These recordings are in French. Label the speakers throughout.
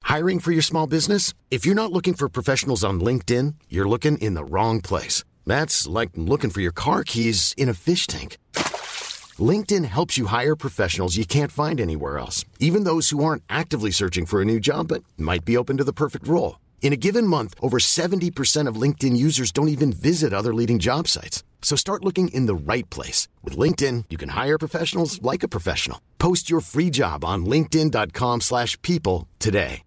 Speaker 1: Hiring for your small business? If you're not looking for professionals on LinkedIn, you're looking in the wrong place. That's like looking for your car keys in a fish tank. LinkedIn helps you hire professionals you can't find anywhere else, even those who aren't actively searching for a new job but might be open to the perfect role. In a given month, over 70% of LinkedIn users don't even visit other leading job sites. So start looking in the right place. With LinkedIn, you can hire professionals like a professional. Post your free job on linkedin.com/people today.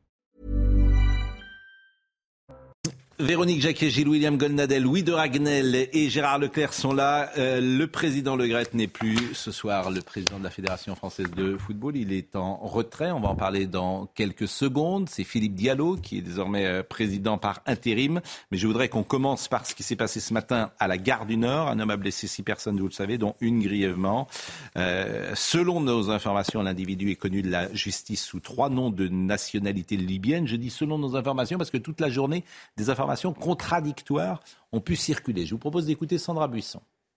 Speaker 2: Véronique Jacquier, Gilles-William Goldnadel, Louis de Ragnel et Gérard Leclerc sont là. Le président Le Graët n'est plus ce soir le président de la Fédération française de football. Il est en retrait. On va en parler dans quelques secondes. C'est Philippe Diallo qui est désormais président par intérim. Mais je voudrais qu'on commence par ce qui s'est passé ce matin à la gare du Nord. Un homme a blessé 6 personnes, vous le savez, dont une grièvement. Selon nos informations, l'individu est connu de la justice sous 3 noms de nationalité libyenne. Je dis selon nos informations parce que toute la journée, des informations contradictoires ont pu circuler. Je vous propose d'écouter Sandra Buisson.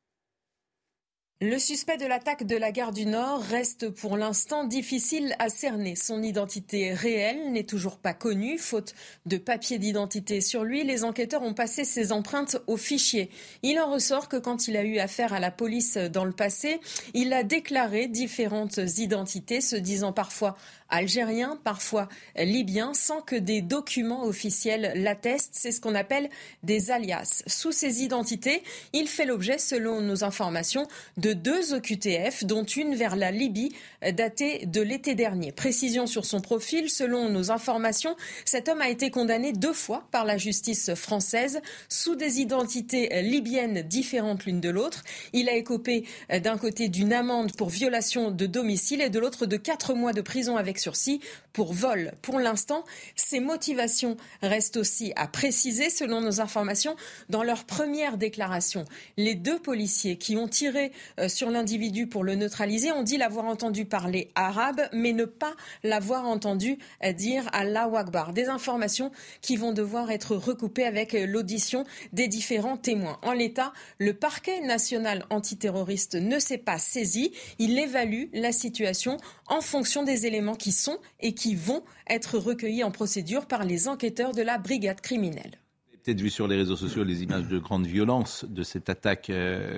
Speaker 3: Le suspect de l'attaque de la gare du Nord reste pour l'instant difficile à cerner. Son identité réelle n'est toujours pas connue. Faute de papier d'identité sur lui, les enquêteurs ont passé ses empreintes au fichier. Il en ressort que quand il a eu affaire à la police dans le passé, il a déclaré différentes identités, se disant parfois algérien, parfois libyen, sans que des documents officiels l'attestent. C'est ce qu'on appelle des alias. Sous ces identités, il fait l'objet, selon nos informations, de 2 OQTF, dont une vers la Libye, datée de l'été dernier. Précision sur son profil, selon nos informations, cet homme a été condamné 2 fois par la justice française, sous des identités libyennes différentes l'une de l'autre. Il a écopé d'un côté d'une amende pour violation de domicile et de l'autre de 4 mois de prison avec sursis pour vol. Pour l'instant, ses motivations restent aussi à préciser. Selon nos informations, dans leur première déclaration, les 2 policiers qui ont tiré sur l'individu pour le neutraliser ont dit l'avoir entendu parler arabe, mais ne pas l'avoir entendu dire Allahu Akbar. Des informations qui vont devoir être recoupées avec l'audition des différents témoins. En l'état, le parquet national antiterroriste ne s'est pas saisi. Il évalue la situation en fonction des éléments qui sont et qui vont être recueillis en procédure par les enquêteurs de la brigade criminelle.
Speaker 2: Vous avez peut-être vu sur les réseaux sociaux les images de grande violence de cette attaque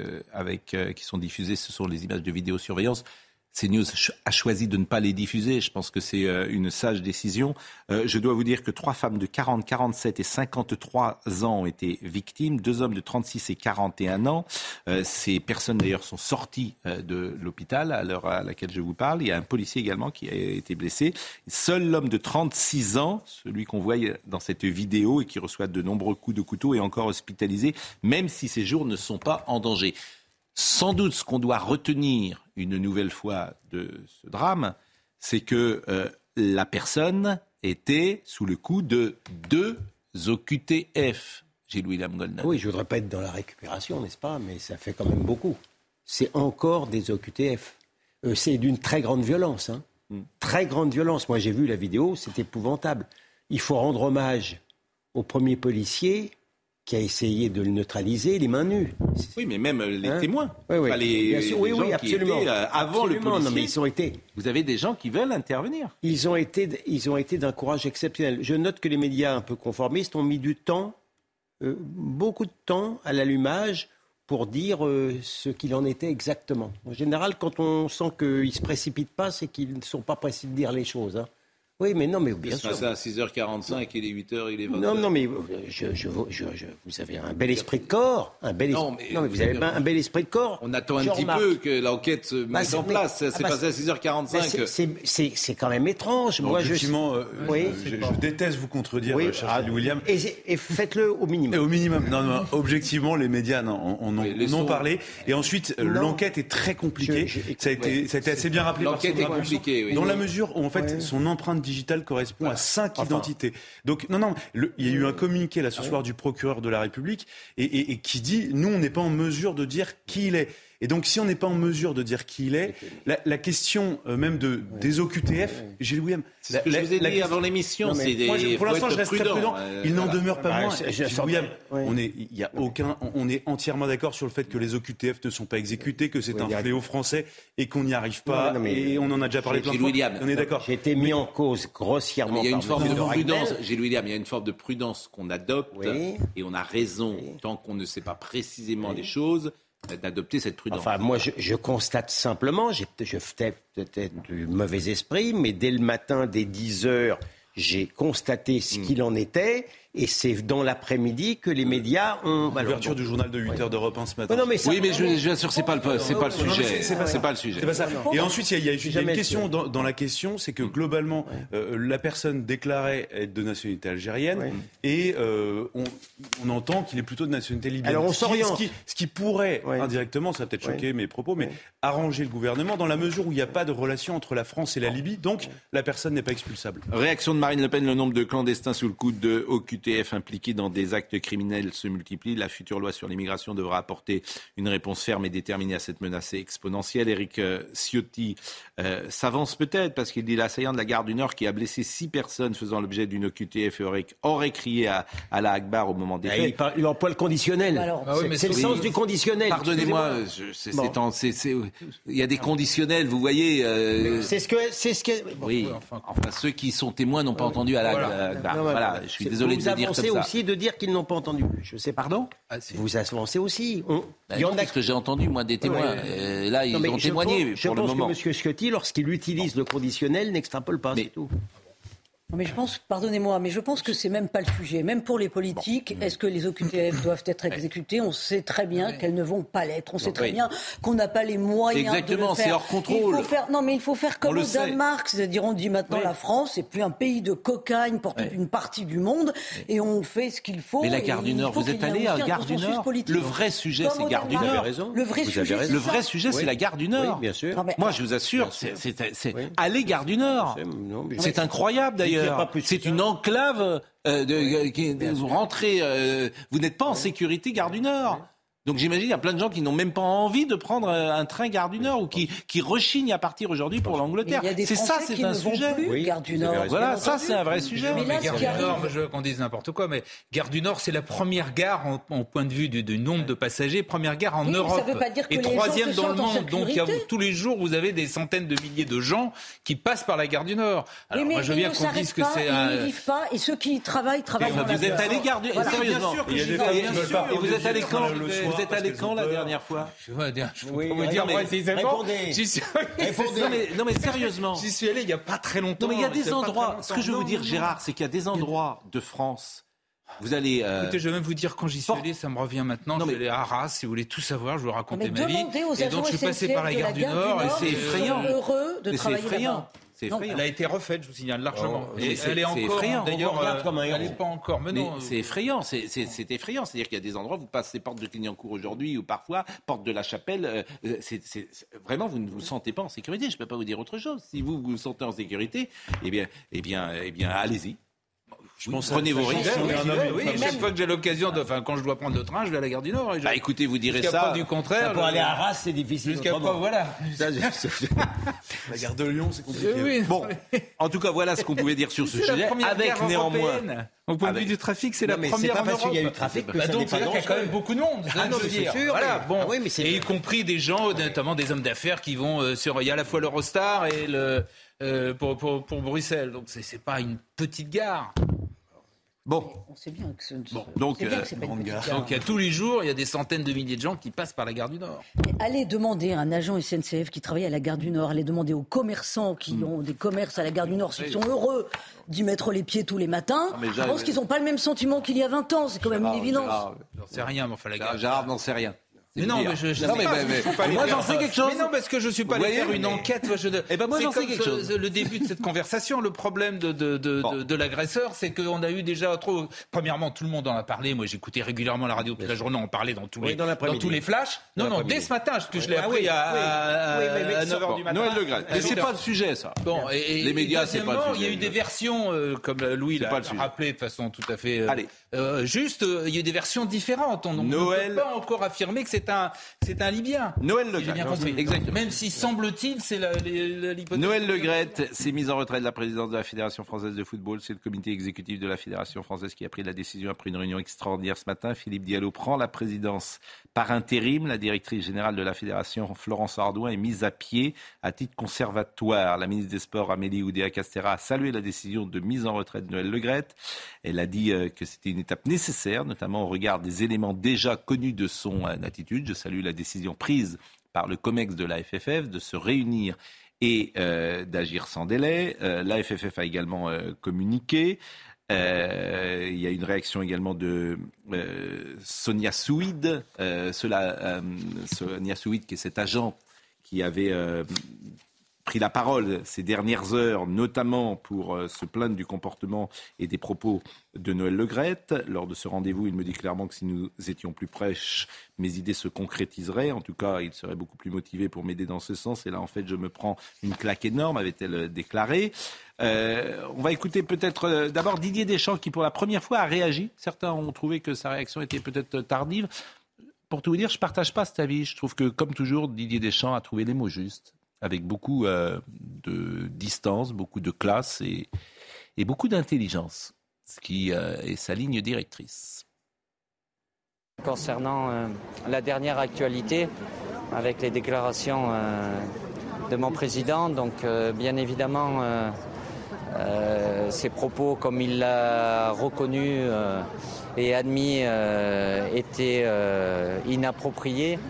Speaker 2: qui sont diffusées. Ce sont les images de vidéosurveillance. CNews a choisi de ne pas les diffuser. Je pense que c'est une sage décision. Je dois vous dire que 3 femmes de 40, 47 et 53 ans ont été victimes. 2 hommes de 36 et 41 ans. Ces personnes d'ailleurs sont sorties de l'hôpital à l'heure à laquelle je vous parle. Il y a un policier également qui a été blessé. Seul l'homme de 36 ans, celui qu'on voit dans cette vidéo et qui reçoit de nombreux coups de couteau, est encore hospitalisé, même si ses jours ne sont pas en danger. Sans doute, ce qu'on doit retenir une nouvelle fois de ce drame, c'est que la personne était sous le coup de 2 OQTF. Gilles-William Goldnadel.
Speaker 4: Oui, je ne voudrais pas être dans la récupération, n'est-ce pas ? Mais ça fait quand même beaucoup. C'est encore des OQTF. C'est d'une très grande violence. Très grande violence. Moi, j'ai vu la vidéo, c'est épouvantable. Il faut rendre hommage au premier policier qui a essayé de le neutraliser, les mains nues.
Speaker 2: Oui, mais même les témoins.
Speaker 4: Oui,
Speaker 2: enfin, les gens
Speaker 4: oui, absolument.
Speaker 2: Qui étaient avant
Speaker 4: absolument.
Speaker 2: le policier.
Speaker 4: Non, mais ils ont été...
Speaker 2: Vous avez des gens qui veulent intervenir.
Speaker 4: Ils ont été d'un courage exceptionnel. Je note que les médias un peu conformistes ont mis du temps, beaucoup de temps à l'allumage pour dire ce qu'il en était exactement. En général, quand on sent qu'ils ne se précipitent pas, c'est qu'ils ne sont pas pressés de dire les choses. Oui, mais non, mais bien sûr.
Speaker 2: C'est à 6h45, il est 8h, il est 20h.
Speaker 4: Non, mais vous avez un bel esprit de corps. Non, mais vous avez un bel esprit de corps.
Speaker 2: On attend un petit peu que l'enquête se mette en place. C'est passé à 6h45.
Speaker 4: C'est quand même étrange.
Speaker 5: Moi, effectivement, je déteste vous contredire, cher William.
Speaker 4: Et faites-le au minimum.
Speaker 5: Au minimum. Non, objectivement, les médias en ont parlé. Et ensuite, l'enquête est très compliquée. Ça a été assez bien rappelé par Sandra.
Speaker 2: L'enquête est compliquée, oui.
Speaker 5: Dans la mesure où, en fait, son empreinte digitale correspond à 5 identités. Donc, il y a eu un communiqué là ce soir du procureur de la République et qui dit, nous, on n'est pas en mesure de dire qui il est. Et donc, si on n'est pas en mesure de dire qui il est, la question même des OQTF, Gilles William...
Speaker 2: C'est ce que je vous ai dit avant l'émission, c'est des...
Speaker 5: Pour l'instant, je reste très prudent. Il n'en demeure pas moins. Gilles William, on est entièrement d'accord sur le fait que les OQTF ne sont pas exécutés, que c'est un fléau français et qu'on n'y arrive pas. Et on en a déjà parlé plein de fois. On est d'accord.
Speaker 4: J'ai été mis en cause grossièrement.
Speaker 2: Il y a une forme de prudence, Gilles William, il y a une forme de prudence qu'on adopte et on a raison, tant qu'on ne sait pas précisément les choses, d'adopter cette prudence.
Speaker 4: Enfin, moi, je constate simplement, je fais peut-être du mauvais esprit, mais dès le matin, dès 10h, j'ai constaté ce qu'il en était. Et c'est dans l'après-midi que les médias ont...
Speaker 5: L'ouverture du journal de 8h d'Europe 1 ce matin.
Speaker 2: Mais je vous assure, c'est pas le sujet. C'est pas le sujet.
Speaker 5: C'est pas ça. Et ensuite, il y a une question dans la question, c'est que globalement, la personne déclarait être de nationalité algérienne et on entend qu'il est plutôt de nationalité libyenne.
Speaker 4: Alors on s'oriente.
Speaker 5: Ce qui pourrait, indirectement, ça va peut-être choquer mes propos, mais arranger le gouvernement dans la mesure où il n'y a pas de relation entre la France et la Libye, donc la personne n'est pas expulsable.
Speaker 2: Réaction de Marine Le Pen, le nombre de clandestins sous le coup de OQTF impliqués dans des actes criminels se multiplie. La future loi sur l'immigration devra apporter une réponse ferme et déterminée à cette menace exponentielle. Éric Ciotti s'avance peut-être parce qu'il dit l'assaillant de la gare du Nord qui a blessé 6 personnes faisant l'objet d'une OQTF aurait crié à la Akbar au moment des faits.
Speaker 4: Il emploie le conditionnel. C'est le sens du conditionnel.
Speaker 2: Pardonnez-moi, il y a des conditionnels, vous voyez.
Speaker 4: C'est ce que.
Speaker 2: Oui. Enfin, ceux qui sont témoins n'ont pas entendu à la Akbar. Voilà, je suis désolé de le dire.
Speaker 4: Vous avancez aussi de dire qu'ils n'ont pas entendu. Je sais pas.
Speaker 2: Pardon ?
Speaker 4: Vous avancez aussi.
Speaker 2: Il y en a ce que j'ai entendu, moi, des témoins. Là, ils ont témoigné pour le moment.
Speaker 4: Je pense que M. Ciotti, lorsqu'il utilise le conditionnel, n'extrapole pas, c'est tout.
Speaker 6: Non mais je pense, pardonnez-moi, mais je pense que c'est même pas le sujet. Même pour les politiques, est-ce que les OQTF doivent être exécutées ? On sait très bien qu'elles ne vont pas l'être. On sait très bien qu'on n'a pas les moyens de le faire.
Speaker 2: Exactement, c'est hors contrôle.
Speaker 6: Il faut faire comme au Danemark, c'est-à-dire on dit maintenant la France c'est plus un pays de cocaïne pour toute une partie du monde et on fait ce qu'il faut.
Speaker 2: Mais la gare du Nord, vous êtes allé à la gare du Nord ? Le vrai sujet, c'est Gare du Nord.
Speaker 6: Le vrai sujet,
Speaker 2: c'est la gare du Nord.
Speaker 4: Oui, bien sûr.
Speaker 2: Moi, je vous assure, c'est aller gare du Nord. C'est incroyable d'ailleurs. C'est une enclave. Vous rentrez, vous n'êtes pas en sécurité gare du Nord. Donc j'imagine il y a plein de gens qui n'ont même pas envie de prendre un train gare du Nord ou qui rechignent à partir aujourd'hui pour l'Angleterre.
Speaker 6: C'est ça, c'est un sujet. Gare du Nord.
Speaker 2: Voilà, ça c'est un vrai sujet.
Speaker 7: Mais Gare du Nord, je veux qu'on dise n'importe quoi, mais Gare du Nord, c'est la première gare en point de vue du nombre de passagers, première gare en Europe.
Speaker 6: Ça veut pas dire que
Speaker 7: et troisième dans le monde. Donc tous les jours, vous avez des centaines de milliers de gens qui passent par la Gare du Nord. Alors moi, je veux bien qu'on dise que c'est un...
Speaker 6: Ils n'y vivent pas et ceux qui travaillent dans la gare.
Speaker 2: Vous êtes allé Gare du Nord, sérieusement. Et vous êtes allé quand ? Vous êtes allé quand la dernière fois ?
Speaker 7: Je peux vous dire précisément.
Speaker 2: Non mais sérieusement.
Speaker 7: J'y suis allé il n'y a pas très longtemps.
Speaker 2: Non mais il y a des endroits. Ce que je veux vous dire, Gérard, c'est qu'il y a des endroits de France. Vous allez.
Speaker 7: Écoutez, je vais même vous dire quand j'y suis allé, ça me revient maintenant. Je suis allé à Arras, si vous voulez tout savoir, je vais vous raconter ma vie.
Speaker 6: Et donc je suis passé par la gare du Nord et c'est effrayant. Heureux de travailler là-bas.
Speaker 7: Non, elle a été refaite, je vous signale largement. Et elle est encore, d'ailleurs, elle n'est pas encore. Mais non,
Speaker 2: c'est effrayant, c'est effrayant. C'est-à-dire qu'il y a des endroits, vous passez porte de Clignancourt aujourd'hui ou parfois porte de la Chapelle. Vraiment, vous ne vous sentez pas en sécurité. Je ne peux pas vous dire autre chose. Si vous vous sentez en sécurité, eh bien, allez-y. Prenez vos risques.
Speaker 7: Chaque fois que j'ai l'occasion, quand je dois prendre le train, je vais à la gare du Nord.
Speaker 2: Écoutez, vous direz ça.
Speaker 7: Pas du contraire.
Speaker 4: Pour aller à Arras, c'est difficile.
Speaker 7: Jusqu'à pas, voilà.
Speaker 5: La gare de Lyon, c'est compliqué.
Speaker 2: Bon, en tout cas, voilà ce qu'on pouvait dire sur ce sujet. Avec néanmoins.
Speaker 7: Au point de vue du trafic, c'est la première en Europe.
Speaker 4: C'est pas parce qu'il y a eu trafic que ça n'est pas dangereux.
Speaker 7: Il y a quand même beaucoup de monde.
Speaker 4: C'est sûr.
Speaker 7: Voilà, bon. Et y compris des gens, notamment des hommes d'affaires qui vont il y a à la fois l'Eurostar et pour Bruxelles. Donc c'est pas une petite gare.
Speaker 2: Bon.
Speaker 6: On sait bien que c'est
Speaker 2: donc
Speaker 6: pas une gare.
Speaker 7: Donc il y a tous les jours, il y a des centaines de milliers de gens qui passent par la gare du Nord.
Speaker 6: Mais allez demander à un agent SNCF qui travaille à la gare du Nord, allez demander aux commerçants qui ont des commerces à la gare du Nord s'ils sont heureux d'y mettre les pieds tous les matins. Je pense qu'ils n'ont pas le même sentiment qu'il y a 20 ans, c'est quand même une évidence.
Speaker 7: J'en sais rien, mais enfin la gare.
Speaker 2: Gérard n'en sait rien.
Speaker 7: Mais non, mais
Speaker 2: moi j'en sais quelque chose.
Speaker 7: Mais non, parce que je suis pas allé faire une enquête.
Speaker 2: Moi j'en sais quelque chose.
Speaker 7: Le début de cette conversation, le problème de l'agresseur, c'est qu'on a eu déjà trop. Premièrement, tout le monde en a parlé. Moi, j'écoutais régulièrement la radio toute la journée. On en parlait dans tous les flashs. Non, dès ce matin, parce que je l'ai appris à 9h du matin.
Speaker 2: Noël Le Graët. Mais c'est pas le sujet, ça.
Speaker 7: Bon,
Speaker 2: les médias, c'est pas le sujet.
Speaker 7: Il y a eu des versions, comme Louis l'a rappelé de façon tout à fait juste. Il y a eu des versions différentes. On ne peut pas encore affirmer que c'est c'est un Libyen.
Speaker 2: Noël Le Graët.
Speaker 7: Exactement. Même si, semble-t-il, c'est l'hypothèse.
Speaker 2: Noël Le Graët s'est mis en retrait de la présidence de la Fédération française de football. C'est le comité exécutif de la Fédération française qui a pris la décision après une réunion extraordinaire ce matin. Philippe Diallo prend la présidence par intérim. La directrice générale de la Fédération, Florence Ardouin, est mise à pied à titre conservatoire. La ministre des Sports, Amélie Oudéa-Castéra, a salué la décision de mise en retrait de Noël Le Graët. Elle a dit que c'était une étape nécessaire, notamment au regard des éléments déjà connus de son attitude. Je salue la décision prise par le COMEX de la FFF de se réunir et d'agir sans délai. La FFF a également communiqué. Il y a une réaction également de Sonia Souid. Sonia Souid, qui est cette agente qui avait pris la parole ces dernières heures, notamment pour se plaindre du comportement et des propos de Noël Le Graët. Lors de ce rendez-vous, il me dit clairement que si nous étions plus proches, mes idées se concrétiseraient. En tout cas, il serait beaucoup plus motivé pour m'aider dans ce sens. Et là, en fait, je me prends une claque énorme, avait-elle déclaré. On va écouter peut-être d'abord Didier Deschamps, qui pour la première fois a réagi. Certains ont trouvé que sa réaction était peut-être tardive. Pour tout vous dire, je ne partage pas cet avis. Je trouve que, comme toujours, Didier Deschamps a trouvé les mots justes, avec beaucoup de distance, beaucoup de classe et beaucoup d'intelligence, ce qui est sa ligne directrice.
Speaker 8: Concernant la dernière actualité, avec les déclarations de mon président, donc bien évidemment, ses propos, comme il l'a reconnu et admis, étaient inappropriés.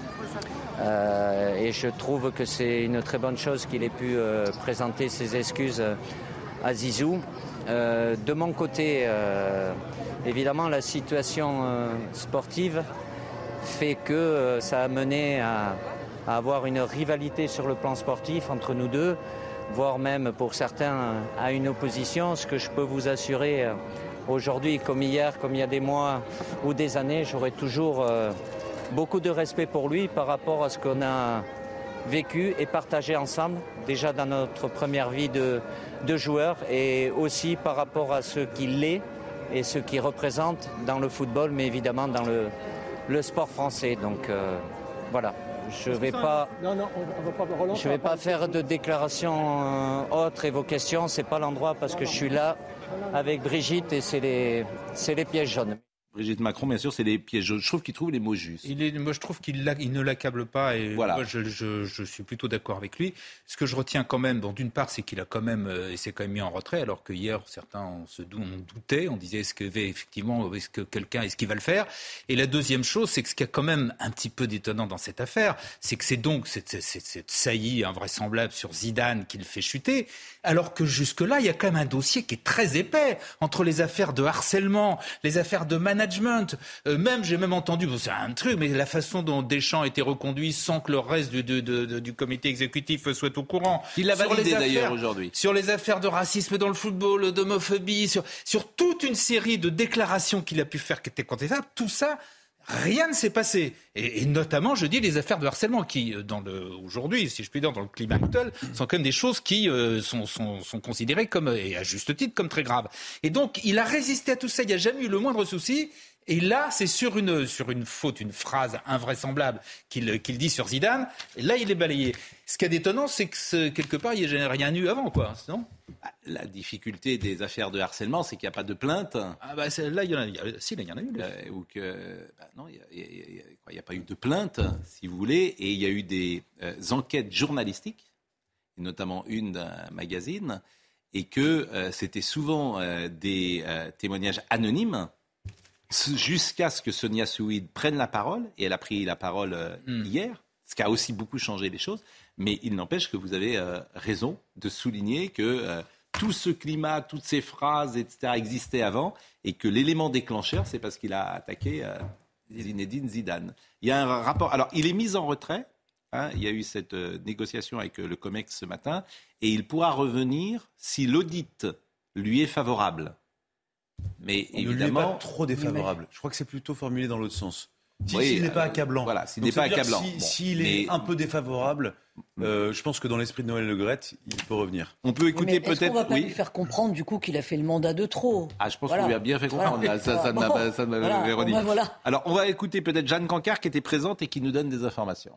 Speaker 8: Et je trouve que c'est une très bonne chose qu'il ait pu présenter ses excuses à Zizou. De mon côté, évidemment, la situation sportive fait que ça a mené à avoir une rivalité sur le plan sportif entre nous deux, voire même pour certains à une opposition. Ce que je peux vous assurer aujourd'hui, comme hier, comme il y a des mois ou des années, j'aurai toujours beaucoup de respect pour lui par rapport à ce qu'on a vécu et partagé ensemble, déjà dans notre première vie de joueur, et aussi par rapport à ce qu'il est et ce qu'il représente dans le football, mais évidemment dans le sport français. Donc voilà, je ne vais pas faire de déclarations autres et vos questions, ce n'est pas l'endroit parce que je suis là avec Brigitte et c'est les pièges jaunes.
Speaker 2: Brigitte Macron, bien sûr, c'est les pièges jaunes. Je trouve qu'il trouve les mots justes.
Speaker 7: Moi, je trouve qu'il ne l'accable pas et voilà. Moi, je suis plutôt d'accord avec lui. Ce que je retiens quand même, bon, d'une part, c'est qu'il a quand même, il s'est quand même mis en retrait, alors que hier, certains on doutait, on disait est-ce que quelqu'un va le faire ? Et la deuxième chose, c'est que ce qui est quand même un petit peu détonnant dans cette affaire, c'est que c'est donc cette saillie invraisemblable sur Zidane qui le fait chuter, alors que jusque-là, il y a quand même un dossier qui est très épais entre les affaires de harcèlement, les affaires de management. J'ai même entendu, c'est un truc, mais la façon dont Deschamps a été reconduit sans que le reste du comité exécutif soit au courant.
Speaker 2: Il l'a validé d'ailleurs aujourd'hui.
Speaker 7: Sur les affaires de racisme dans le football, d'homophobie, sur toute une série de déclarations qu'il a pu faire qui étaient contestables, tout ça, rien ne s'est passé. Et notamment, je dis, les affaires de harcèlement qui, aujourd'hui, si je puis dire, dans le climat actuel, sont quand même des choses qui sont considérées comme, et à juste titre, comme très graves. Et donc, il a résisté à tout ça, il n'y a jamais eu le moindre souci. Et là, c'est sur une faute, une phrase invraisemblable qu'il dit sur Zidane. Et là, il est balayé. Ce qui est étonnant, c'est que quelque part, il n'y a rien eu avant, quoi, non ?
Speaker 2: La difficulté des affaires de harcèlement, c'est qu'il n'y a pas de plainte.
Speaker 7: Ah bah là, il y en a eu.
Speaker 2: Non, il n'y a pas eu de plainte, si vous voulez, et il y a eu des enquêtes journalistiques, et notamment une d'un magazine, et que c'était souvent des témoignages anonymes, jusqu'à ce que Sonia Souid prenne la parole, et elle a pris la parole hier, ce qui a aussi beaucoup changé les choses, mais il n'empêche que vous avez raison de souligner que tout ce climat, toutes ces phrases, etc., existaient avant, et que l'élément déclencheur, c'est parce qu'il a attaqué Zinedine Zidane. Il y a un rapport. Alors, il est mis en retrait. Il y a eu cette négociation avec le COMEX ce matin, et il pourra revenir si l'audit lui est favorable. Mais évidemment,
Speaker 5: ne lui est pas trop défavorable. Je crois que c'est plutôt formulé dans l'autre sens. S'il n'est pas accablant.
Speaker 2: Voilà, s'il n'est pas accablant.
Speaker 5: S'il est un peu défavorable, je pense que dans l'esprit de Noël Le Graët, il peut revenir.
Speaker 2: On peut écouter peut-être...
Speaker 6: Est-ce qu'on va pas lui faire comprendre du coup qu'il a fait le mandat de trop ?
Speaker 2: Je pense qu'on lui a bien fait comprendre. Véronique. Alors, on va écouter peut-être Jeanne Cancard qui était présente et qui nous donne des informations.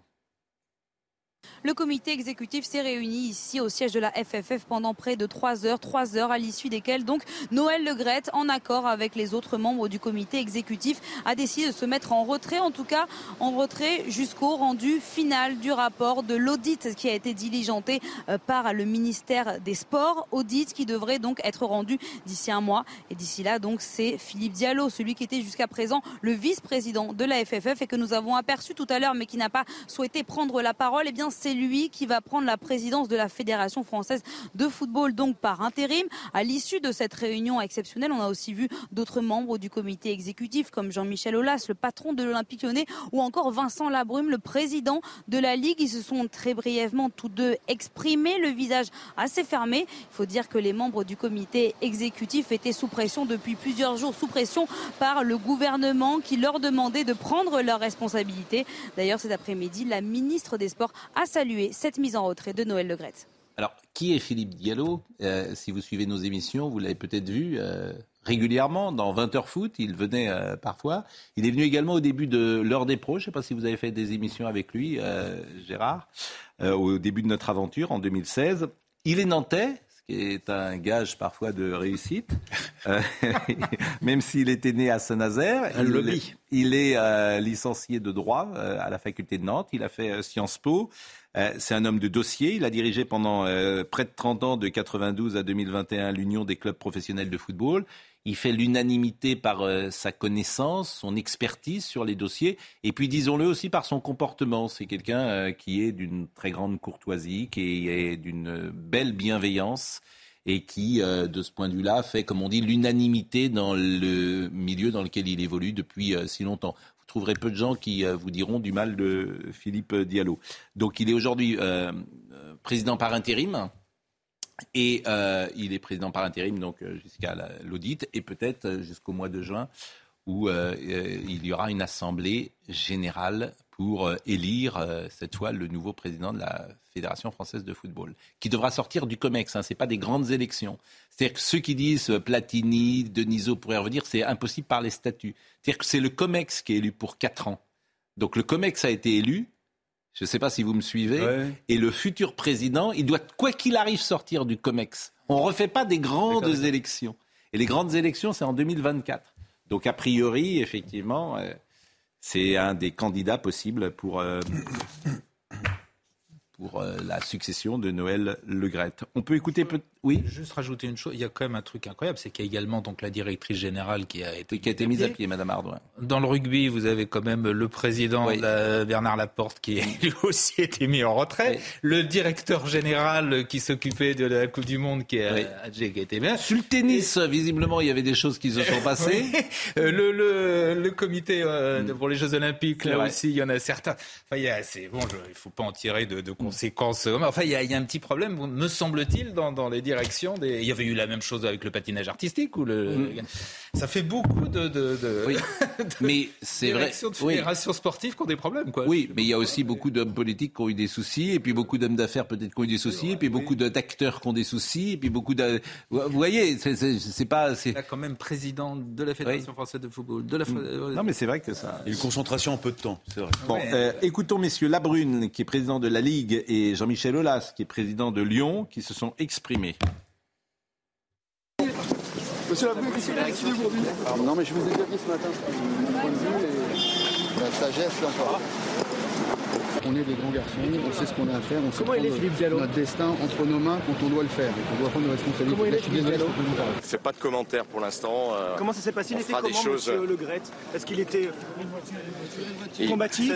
Speaker 9: Le comité exécutif s'est réuni ici au siège de la FFF pendant près de 3 heures à l'issue desquelles donc Noël Le Graët, en accord avec les autres membres du comité exécutif, a décidé de se mettre en retrait, jusqu'au rendu final du rapport de l'audit qui a été diligenté par le ministère des Sports, audit qui devrait donc être rendu d'ici un mois. Et d'ici là, donc, c'est Philippe Diallo, celui qui était jusqu'à présent le vice-président de la FFF et que nous avons aperçu tout à l'heure mais qui n'a pas souhaité prendre la parole. Eh bien, c'est lui qui va prendre la présidence de la Fédération française de football, donc par intérim. À l'issue de cette réunion exceptionnelle, on a aussi vu d'autres membres du comité exécutif comme Jean-Michel Aulas, le patron de l'Olympique Lyonnais, ou encore Vincent Labrume, le président de la Ligue. Ils se sont très brièvement tous deux exprimés, le visage assez fermé. Il faut dire que les membres du comité exécutif étaient sous pression depuis plusieurs jours, sous pression par le gouvernement qui leur demandait de prendre leurs responsabilités. D'ailleurs, cet après-midi, la ministre des Sports a salué cette mise en retrait de Noël Le Graët.
Speaker 2: Alors, qui est Philippe Diallo ? Si vous suivez nos émissions, vous l'avez peut-être vu régulièrement dans 20h Foot. Il venait parfois. Il est venu également au début de l'heure des pros. Je ne sais pas si vous avez fait des émissions avec lui, Gérard, au début de notre aventure en 2016. Il est nantais, ce qui est un gage parfois de réussite, même s'il était né à Saint-Nazaire. Il est licencié de droit à la faculté de Nantes. Il a fait Sciences Po. C'est un homme de dossier. Il a dirigé pendant près de 30 ans, de 92 à 2021, l'Union des clubs professionnels de football. Il fait l'unanimité par sa connaissance, son expertise sur les dossiers, et puis disons-le aussi par son comportement. C'est quelqu'un qui est d'une très grande courtoisie, qui est d'une belle bienveillance, et qui, de ce point de vue-là, fait, comme on dit, l'unanimité dans le milieu dans lequel il évolue depuis si longtemps. Vous trouverez peu de gens qui vous diront du mal de Philippe Diallo. Donc il est aujourd'hui président par intérim. Et il est président par intérim donc jusqu'à l'audit et peut-être jusqu'au mois de juin où il y aura une assemblée générale pour élire cette fois le nouveau président de la Fédération française de football, qui devra sortir du COMEX. Ce n'est pas des grandes élections. C'est-à-dire que ceux qui disent Platini, Denisot pourraient revenir, c'est impossible par les statuts. C'est-à-dire que c'est le COMEX qui est élu pour 4 ans. Donc le COMEX a été élu. Je ne sais pas si vous me suivez. Ouais. Et le futur président, il doit, quoi qu'il arrive, sortir du COMEX. On ne refait pas des grandes élections. Et les grandes élections, c'est en 2024. Donc, a priori, effectivement, c'est un des candidats possibles pour la succession de Noël Le Graët. On peut écouter... Oui.
Speaker 7: Juste rajouter une chose. Il y a quand même un truc incroyable, c'est qu'il y a également donc, la directrice générale qui a été
Speaker 2: mise à pied, Madame Ardouin.
Speaker 7: Dans le rugby, vous avez quand même le président Bernard Laporte qui lui aussi été mis en retrait. Oui. Le directeur général qui s'occupait de la Coupe du Monde qui a été bien.
Speaker 2: Sur le tennis, visiblement, il y avait des choses qui se sont passées.
Speaker 7: Le comité pour les Jeux Olympiques, là aussi, il y en a certains. Enfin, il ne faut pas en tirer de conséquences. Enfin, il y a un petit problème, me semble-t-il, dans les directions. Il y avait eu la même chose avec le patinage artistique. Ça fait beaucoup
Speaker 2: Oui. Mais c'est vrai.
Speaker 7: De fédérations sportives qui ont des problèmes. Quoi.
Speaker 2: Oui, mais il y a aussi beaucoup d'hommes politiques qui ont eu des soucis, et puis beaucoup d'hommes d'affaires peut-être qui ont eu des soucis, et puis beaucoup d'acteurs qui ont des soucis, et puis beaucoup de... Vous voyez, c'est pas...
Speaker 7: Il y a quand même président de la Fédération française de football.
Speaker 2: Non, mais c'est vrai que ça...
Speaker 5: Il y a une concentration en peu de temps, c'est vrai.
Speaker 2: Bon, écoutons messieurs Labrune, qui est président de la Ligue, et Jean-Michel Aulas, qui est président de Lyon, qui se sont exprimés.
Speaker 10: Monsieur Labrune, qu'est-ce que vous avez décidé aujourd'hui ? Non, mais je vous ai déjà dit ce matin, mon point de vue et la sagesse encore. On est des grands garçons, on sait ce qu'on a à faire, on sait prendre notre destin entre nos mains quand on doit le faire. Donc on doit prendre nos responsabilités.
Speaker 11: Comment il est,
Speaker 10: Philippe Diallo ?
Speaker 11: Je ne fais pas de commentaires pour l'instant.
Speaker 12: Comment ça s'est passé ? Il était comment, monsieur Le Graët ? Est-ce qu'il était combatif ?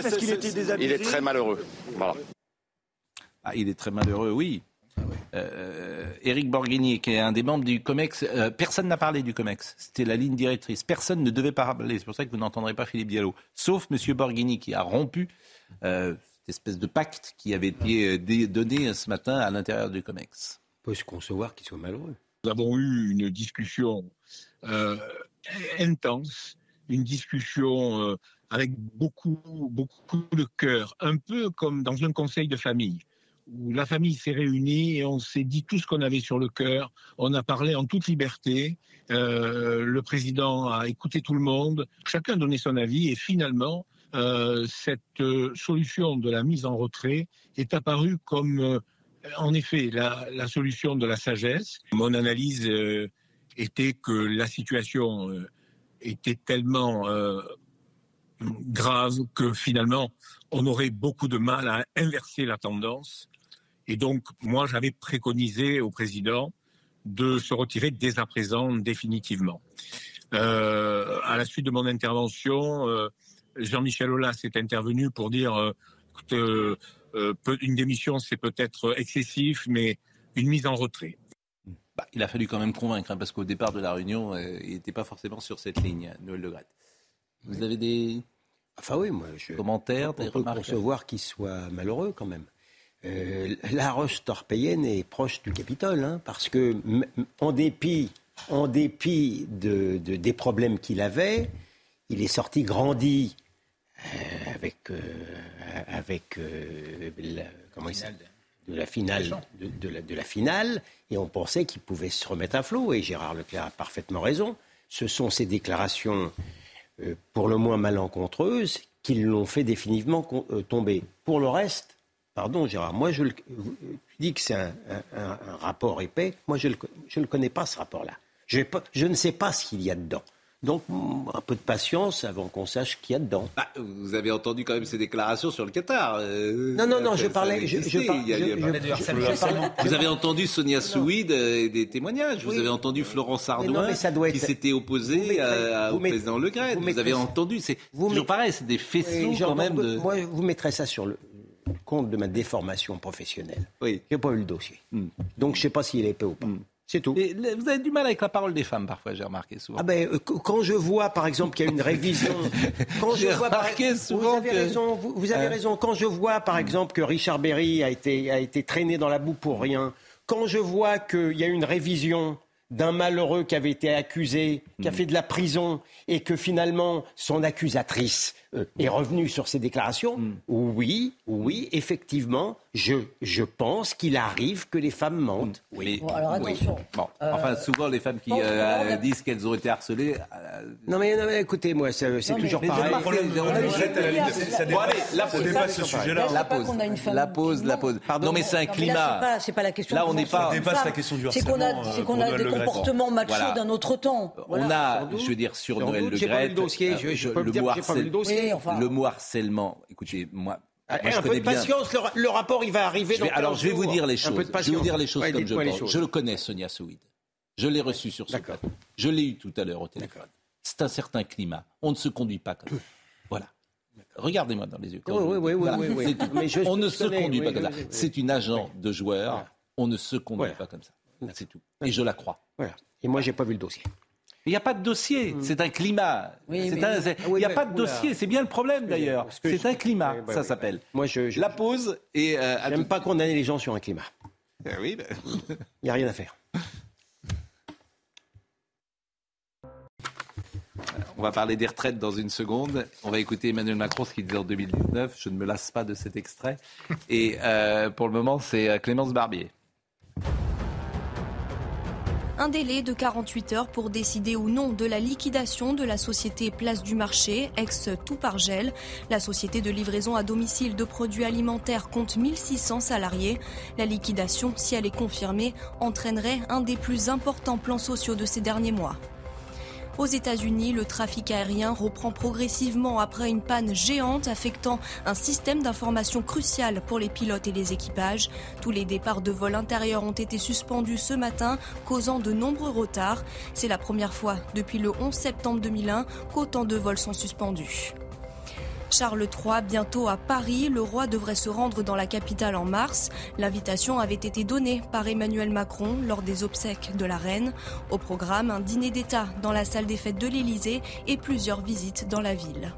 Speaker 12: Est-ce qu'il était désabusé ?
Speaker 11: Il est très malheureux. Voilà.
Speaker 2: Il est très malheureux, oui. Éric Borghini, qui est un des membres du COMEX, personne n'a parlé du COMEX. C'était la ligne directrice. Personne ne devait parler. C'est pour ça que vous n'entendrez pas Philippe Diallo. Sauf M. Borghini, qui a rompu cette espèce de pacte qui avait été donné ce matin à l'intérieur du COMEX.
Speaker 4: On peut se concevoir qu'il soit malheureux.
Speaker 13: Nous avons eu une discussion intense, une discussion avec beaucoup de cœur, un peu comme dans un conseil de famille, où la famille s'est réunie et on s'est dit tout ce qu'on avait sur le cœur, on a parlé en toute liberté, le président a écouté tout le monde, chacun a donné son avis et finalement, cette solution de la mise en retrait est apparue comme, en effet, la solution de la sagesse. Mon analyse était que la situation était tellement grave que finalement, on aurait beaucoup de mal à inverser la tendance. Et donc, moi, j'avais préconisé au président de se retirer dès à présent définitivement. À la suite de mon intervention, Jean-Michel Aulas est intervenu pour dire une démission, c'est peut-être excessif, mais une mise en retrait.
Speaker 2: Il a fallu quand même convaincre, parce qu'au départ de la réunion, il n'était pas forcément sur cette ligne, Noël Le Graët. Vous avez des commentaires, des remarques? On peut
Speaker 4: concevoir qu'il soit malheureux quand même. La roche torpéienne est proche du Capitole, parce que en dépit des problèmes qu'il avait, il est sorti grandi avec la finale, et on pensait qu'il pouvait se remettre à flot, et Gérard Leclerc a parfaitement raison. Ce sont ces déclarations pour le moins malencontreuses qui l'ont fait définitivement tomber. Pour le reste, pardon Gérard, moi je dis que c'est un rapport épais, moi je ne connais pas ce rapport-là. Je ne sais pas ce qu'il y a dedans. Donc, un peu de patience avant qu'on sache ce qu'il y a dedans.
Speaker 2: Vous avez entendu quand même ces déclarations sur le Qatar.
Speaker 4: Non, je parlais...
Speaker 2: Vous avez entendu Sonia Souid des témoignages. Vous avez entendu Florence Ardouin qui s'était opposée au président Le Graët. Vous avez entendu... C'est toujours pareil, c'est des faisceaux quand même de...
Speaker 4: Moi, vous mettrez ça sur le compte de ma déformation professionnelle.
Speaker 2: Oui.
Speaker 4: Je n'ai pas eu le dossier. Donc, je ne sais pas s'il est épais ou pas. C'est tout.
Speaker 2: Et vous avez du mal avec la parole des femmes, parfois, j'ai remarqué souvent.
Speaker 4: Quand je vois, par exemple, qu'il y a une révision...
Speaker 2: J'ai remarqué souvent
Speaker 4: Vous avez raison. Quand je vois, par exemple, que Richard Berry a été traîné dans la boue pour rien, quand je vois qu'il y a une révision d'un malheureux qui avait été accusé, qui a fait de la prison, et que finalement, son accusatrice est revenue sur ses déclarations, oui, effectivement, je pense qu'il arrive que les femmes mentent.
Speaker 2: Oui.
Speaker 6: Bon, alors attention.
Speaker 2: Bon, souvent, les femmes qui disent qu'elles ont été harcelées...
Speaker 4: Non, mais écoutez, moi, c'est toujours pareil.
Speaker 5: Ça dépasse ce sujet-là.
Speaker 2: La pause. Non, mais c'est un climat.
Speaker 6: C'est pas la question.
Speaker 2: Là, on n'est pas...
Speaker 5: Ça dépasse la question du harcèlement.
Speaker 6: C'est qu'on a des comportements machos d'un autre temps.
Speaker 2: On a, je veux dire, sur Noël Le Graët, le mot harcèlement. Écoutez, moi
Speaker 4: un peu de patience, le rapport il va arriver dans 15 jours.
Speaker 2: Je vais vous dire les choses. Je vais vous dire les choses comme je pense. Je le connais, Sonia Souid. Je l'ai reçu sur ce plateau. Je l'ai eu tout à l'heure au téléphone. C'est un certain climat. On ne se conduit pas comme ça. Voilà. Regardez-moi dans les yeux.
Speaker 4: Oui.
Speaker 2: On ne se conduit pas comme ça. C'est une agent de joueur. On ne se conduit pas comme ça. C'est tout. Et je la crois.
Speaker 4: Voilà. Et moi, j'ai pas vu le dossier.
Speaker 2: Il n'y a pas de dossier, c'est un climat. Il n'y a pas de dossier, c'est bien le problème d'ailleurs. C'est un climat, ça s'appelle.
Speaker 4: Moi,
Speaker 2: la pause et...
Speaker 4: j'aime pas condamner les gens sur un climat.
Speaker 2: Oui,
Speaker 4: il n'y a rien à faire.
Speaker 2: On va parler des retraites dans une seconde. On va écouter Emmanuel Macron, ce qu'il disait en 2019. Je ne me lasse pas de cet extrait. Et pour le moment, c'est Clémence Barbier.
Speaker 14: Un délai de 48 heures pour décider ou non de la liquidation de la société Place du Marché, ex-Toupargel. La société de livraison à domicile de produits alimentaires compte 1600 salariés. La liquidation, si elle est confirmée, entraînerait un des plus importants plans sociaux de ces derniers mois. Aux États-Unis, le trafic aérien reprend progressivement après une panne géante affectant un système d'information crucial pour les pilotes et les équipages. Tous les départs de vols intérieurs ont été suspendus ce matin, causant de nombreux retards. C'est la première fois depuis le 11 septembre 2001 qu'autant de vols sont suspendus. Charles III, bientôt à Paris, le roi devrait se rendre dans la capitale en mars. L'invitation avait été donnée par Emmanuel Macron lors des obsèques de la reine. Au programme, un dîner d'État dans la salle des fêtes de l'Élysée et plusieurs visites dans la ville.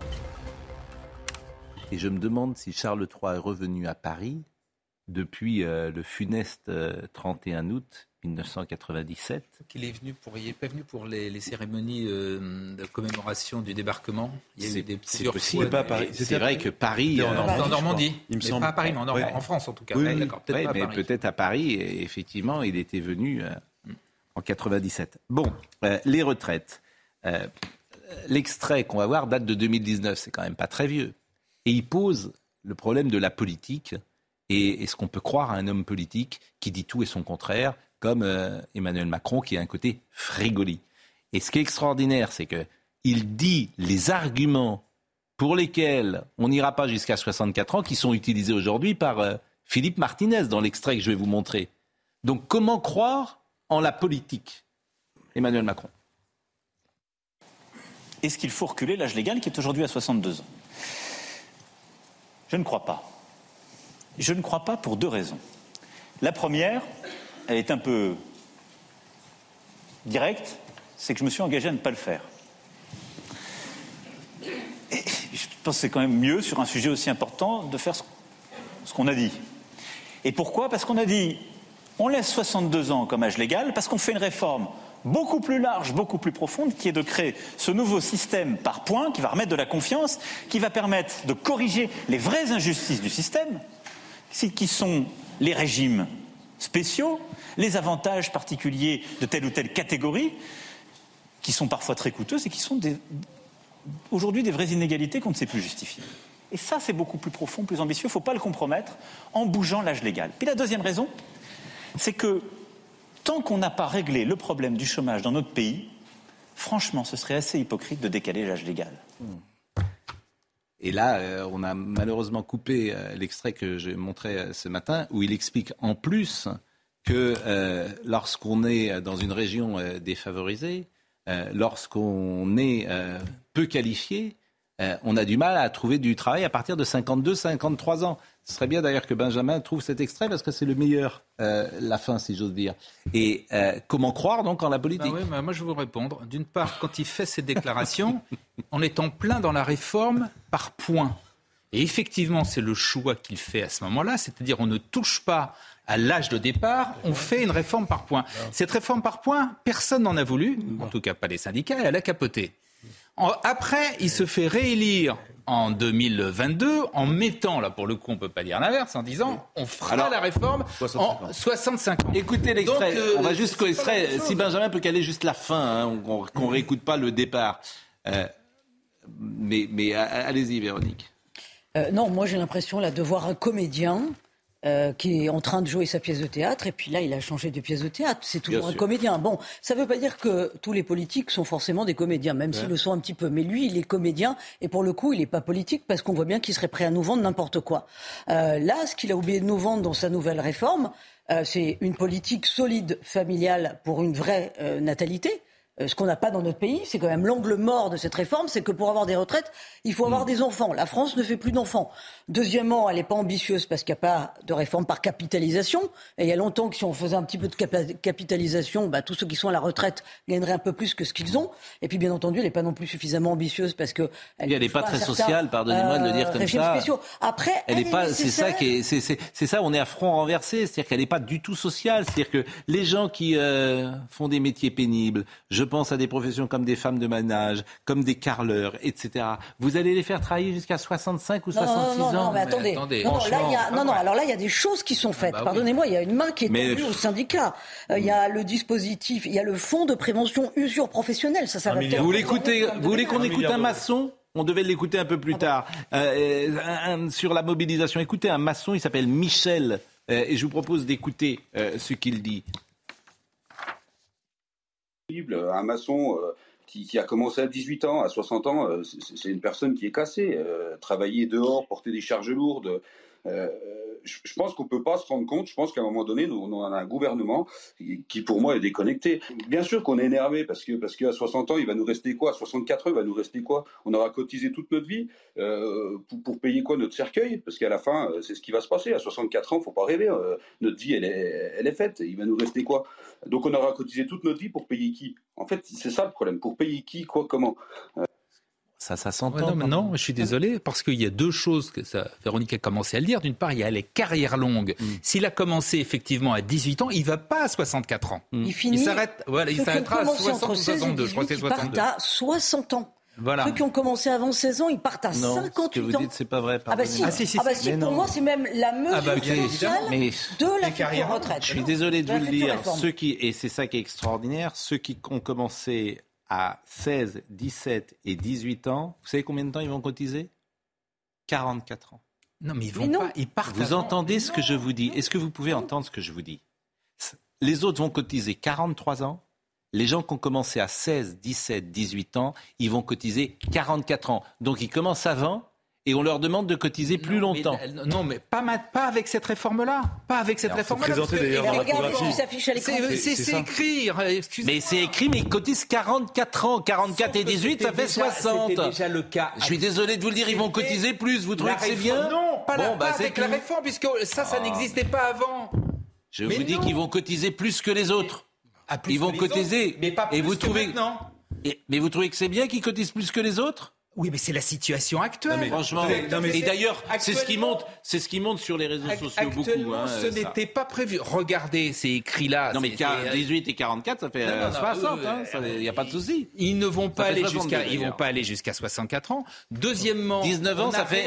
Speaker 2: Et je me demande si Charles III est revenu à Paris depuis le funeste 31 août 1997.
Speaker 7: Il n'est pas venu pour les cérémonies de commémoration du débarquement. Il y a eu
Speaker 2: c'est possible. Pas à Paris. C'est vrai que Paris...
Speaker 7: en Normandie.
Speaker 2: Il me semble.
Speaker 7: Pas à Paris, mais en France en tout cas.
Speaker 2: Oui,
Speaker 7: d'accord, peut-être pas à
Speaker 2: mais
Speaker 7: Paris.
Speaker 2: peut-être à Paris. Et effectivement, il était venu en 97. Bon, les retraites. L'extrait qu'on va voir date de 2019. C'est quand même pas très vieux. Et il pose le problème de la politique. Et est-ce qu'on peut croire à un homme politique qui dit tout et son contraire, comme Emmanuel Macron, qui a un côté frigoli. Et ce qui est extraordinaire, c'est qu'il dit les arguments pour lesquels on n'ira pas jusqu'à 64 ans, qui sont utilisés aujourd'hui par Philippe Martinez, dans l'extrait que je vais vous montrer. Donc comment croire en la politique, Emmanuel Macron?
Speaker 15: Est-ce qu'il faut reculer l'âge légal qui est aujourd'hui à 62 ans? Je ne crois pas. Je ne crois pas pour deux raisons. La première, elle est un peu directe, c'est que je me suis engagé à ne pas le faire. Et je pense que c'est quand même mieux, sur un sujet aussi important, de faire ce qu'on a dit. Et pourquoi? Parce qu'on a dit, on laisse 62 ans comme âge légal, parce qu'on fait une réforme beaucoup plus large, beaucoup plus profonde, qui est de créer ce nouveau système par points, qui va remettre de la confiance, qui va permettre de corriger les vraies injustices du système, qui sont les régimes spéciaux, les avantages particuliers de telle ou telle catégorie, qui sont parfois très coûteuses et qui sont aujourd'hui des vraies inégalités qu'on ne sait plus justifier. Et ça, c'est beaucoup plus profond, plus ambitieux. Il ne faut pas le compromettre en bougeant l'âge légal. Puis la deuxième raison, c'est que tant qu'on n'a pas réglé le problème du chômage dans notre pays, franchement, ce serait assez hypocrite de décaler l'âge légal.
Speaker 2: Et là, on a malheureusement coupé l'extrait que je montrais ce matin, où il explique en plus que lorsqu'on est dans une région défavorisée, lorsqu'on est peu qualifié, on a du mal à trouver du travail à partir de 52-53 ans. Ce serait bien d'ailleurs que Benjamin trouve cet extrait parce que c'est le meilleur, la fin si j'ose dire. Et comment croire donc en la politique?
Speaker 7: Moi je vais vous répondre. D'une part, quand il fait ces déclarations, on est en plein dans la réforme par points. Et effectivement, c'est le choix qu'il fait à ce moment-là, c'est-à-dire on ne touche pas à l'âge de départ, on fait une réforme par points. Cette réforme par points, personne n'en a voulu, en tout cas pas les syndicats, et elle a capoté. Après, il se fait réélire en 2022 en mettant, là pour le coup on ne peut pas dire l'inverse, en disant on fera la réforme en 65 ans.
Speaker 2: Écoutez l'extrait, on va juste l'extrait, si Benjamin peut caler juste la fin, qu'on ne réécoute pas le départ. Mais allez-y Véronique.
Speaker 6: Non, moi j'ai l'impression là de voir un comédien qui est en train de jouer sa pièce de théâtre, et puis là, il a changé de pièce de théâtre. C'est toujours un comédien. Bon, ça ne veut pas dire que tous les politiques sont forcément des comédiens, même s'ils le sont un petit peu. Mais lui, il est comédien, et pour le coup, il n'est pas politique, parce qu'on voit bien qu'il serait prêt à nous vendre n'importe quoi. Là, ce qu'il a oublié de nous vendre dans sa nouvelle réforme, c'est une politique solide, familiale, pour une vraie natalité. Ce qu'on n'a pas dans notre pays, c'est quand même l'angle mort de cette réforme, c'est que pour avoir des retraites, il faut avoir des enfants. La France ne fait plus d'enfants. Deuxièmement, elle n'est pas ambitieuse parce qu'il n'y a pas de réforme par capitalisation. Et il y a longtemps que si on faisait un petit peu de capitalisation, tous ceux qui sont à la retraite gagneraient un peu plus que ce qu'ils ont. Et puis bien entendu, elle n'est pas non plus suffisamment ambitieuse parce que
Speaker 2: elle n'est pas très sociale, pardonnez-moi de le dire comme ça.
Speaker 6: Spéciaux. Après,
Speaker 2: elle n'est pas. C'est ça qui est. C'est ça. On est à front renversé. C'est-à-dire qu'elle n'est pas du tout sociale. C'est-à-dire que les gens qui font des métiers pénibles, je pense à des professions comme des femmes de ménage, comme des carreleurs, etc. Vous allez les faire travailler jusqu'à 65 ou 66 ans.
Speaker 6: Non, mais attendez. Alors là, il y a des choses qui sont faites. Pardonnez-moi, il y a une main qui est tendue au syndicat. Il y a le dispositif, il y a le fonds de prévention usure professionnelle. Ça va
Speaker 2: vous voulez qu'on écoute un maçon? On devait l'écouter un peu plus tard. Sur la mobilisation. Écoutez un maçon, il s'appelle Michel. Et je vous propose d'écouter ce qu'il dit.
Speaker 16: Un maçon qui a commencé à 18 ans, à 60 ans, c'est une personne qui est cassée. Travailler dehors, porter des charges lourdes. Je pense qu'on ne peut pas se rendre compte. Je pense qu'à un moment donné, on a un gouvernement qui, pour moi, est déconnecté. Bien sûr qu'on est énervé parce qu'à 60 ans, il va nous rester quoi? À 64 ans, il va nous rester quoi? On aura cotisé toute notre vie pour payer quoi? Notre cercueil? Parce qu'à la fin, c'est ce qui va se passer. À 64 ans, il ne faut pas rêver. Notre vie, elle est faite. Il va nous rester quoi? Donc on aura cotisé toute notre vie pour payer qui? En fait, c'est ça le problème. Pour payer qui? Quoi? Comment?
Speaker 2: Ça s'entend.
Speaker 7: Non, je suis désolé, parce qu'il y a deux choses que Véronique a commencé à le dire. D'une part, il y a les carrières longues. S'il a commencé effectivement à 18 ans, il ne va pas à 64 ans.
Speaker 6: Il finit.
Speaker 7: Il s'arrêtera à 60 ou 62. Je crois que c'est 62.
Speaker 6: Ils partent à 60 ans.
Speaker 7: Voilà.
Speaker 6: Ceux qui ont commencé avant 16 ans, ils partent à 58 ans.
Speaker 2: Ce que vous dites, c'est pas vrai.
Speaker 6: Si, pour moi, c'est même la mesure sociale de la future retraite.
Speaker 2: Je suis désolé de vous le dire. Et c'est ça qui est extraordinaire, ceux qui ont commencé à 16, 17 et 18 ans, vous savez combien de temps ils vont cotiser ? 44 ans.
Speaker 7: Non, mais ils partent.
Speaker 2: Vous entendez ce que je vous dis ? Est-ce que vous pouvez entendre ce que je vous dis ? Les autres vont cotiser 43 ans. Les gens qui ont commencé à 16, 17, 18 ans, ils vont cotiser 44 ans. Donc ils commencent avant et on leur demande de cotiser plus longtemps.
Speaker 7: Mais pas avec cette réforme-là. Pas avec cette réforme-là.
Speaker 5: Présenté d'ailleurs dans la
Speaker 6: Regardez, ça s'affiche à l'écran.
Speaker 7: C'est écrit.
Speaker 2: Mais c'est écrit, mais ils cotisent 44 ans. 44 et 18, ça fait 60.
Speaker 7: C'était déjà le cas.
Speaker 2: Je suis désolé de vous le dire, ils vont cotiser plus. Vous trouvez que c'est bien ?
Speaker 7: Non, pas avec la réforme, puisque ça n'existait pas avant.
Speaker 2: Je vous dis qu'ils vont cotiser plus que les autres. Ils vont cotiser.
Speaker 7: Mais pas plus que maintenant.
Speaker 2: Mais vous trouvez que c'est bien qu'ils cotisent plus que les autres ?
Speaker 7: Oui, mais c'est la situation actuelle.
Speaker 2: Franchement. Et d'ailleurs, c'est ce qui monte sur les réseaux sociaux beaucoup.
Speaker 7: Ce n'était pas prévu. Regardez, c'est écrit là.
Speaker 2: Non, mais 18 et 44, ça fait 60. Il n'y a pas de souci.
Speaker 7: Ils ne vont pas aller jusqu'à 64 ans. Deuxièmement,
Speaker 2: 19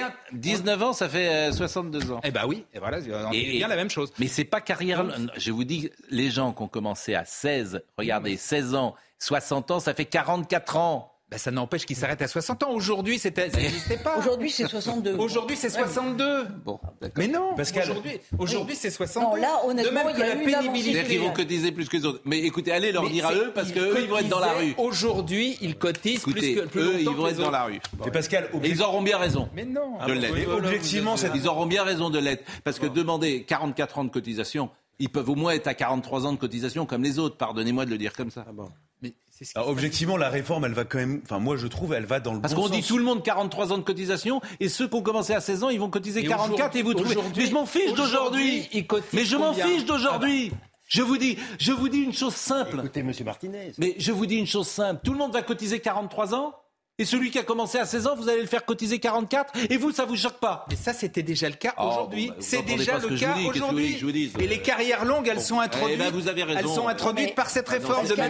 Speaker 2: ans, ça fait 62 ans.
Speaker 7: Eh ben oui, et voilà, on est bien la même chose.
Speaker 2: Mais c'est pas carrière. Je vous dis, les gens qui ont commencé à 16 ans, 60 ans, ça fait 44 ans.
Speaker 7: Ça n'empêche qu'il s'arrête à 60 ans. Aujourd'hui, ça n'existait pas.
Speaker 6: Aujourd'hui, c'est 62.
Speaker 7: Aujourd'hui, c'est 62.
Speaker 2: Bon,
Speaker 7: mais non, aujourd'hui, c'est 62.
Speaker 6: Non, là, honnêtement, il y a une avancée.
Speaker 2: C'est-à-dire qu'ils vont cotiser plus que les autres. Mais écoutez, allez leur dire à eux, parce qu'eux, ils vont être dans la rue.
Speaker 7: Aujourd'hui, ils cotisent plus longtemps
Speaker 2: eux, ils vont être dans la rue.
Speaker 5: Et Pascal,
Speaker 2: ils auront bien raison.
Speaker 7: Mais non.
Speaker 2: De l'être.
Speaker 5: Objectivement,
Speaker 2: ils auront bien raison de l'être. Parce que demander 44 ans de cotisation, ils peuvent au moins être à 43 ans de cotisation comme les autres. Pardonnez-moi de le dire comme ça.
Speaker 5: Alors, objectivement, la réforme, elle va quand même. Enfin, moi, je trouve, elle va dans le bon sens.
Speaker 2: Parce qu'on dit tout le monde 43 ans de cotisation, et ceux qui ont commencé à 16 ans, ils vont cotiser 44, et vous trouvez. Mais je m'en fiche d'aujourd'hui. Mais je m'en fiche d'aujourd'hui. Je vous dis une chose simple.
Speaker 4: Écoutez, Monsieur Martinez.
Speaker 2: Mais je vous dis une chose simple. Tout le monde va cotiser 43 ans. Et celui qui a commencé à 16 ans, vous allez le faire cotiser 44, et vous, ça vous choque pas.
Speaker 7: Mais ça, c'était déjà le cas aujourd'hui. C'est déjà le cas aujourd'hui. Et les carrières longues, elles sont introduites.
Speaker 2: Vous avez raison.
Speaker 7: Elles sont introduites par cette réforme, de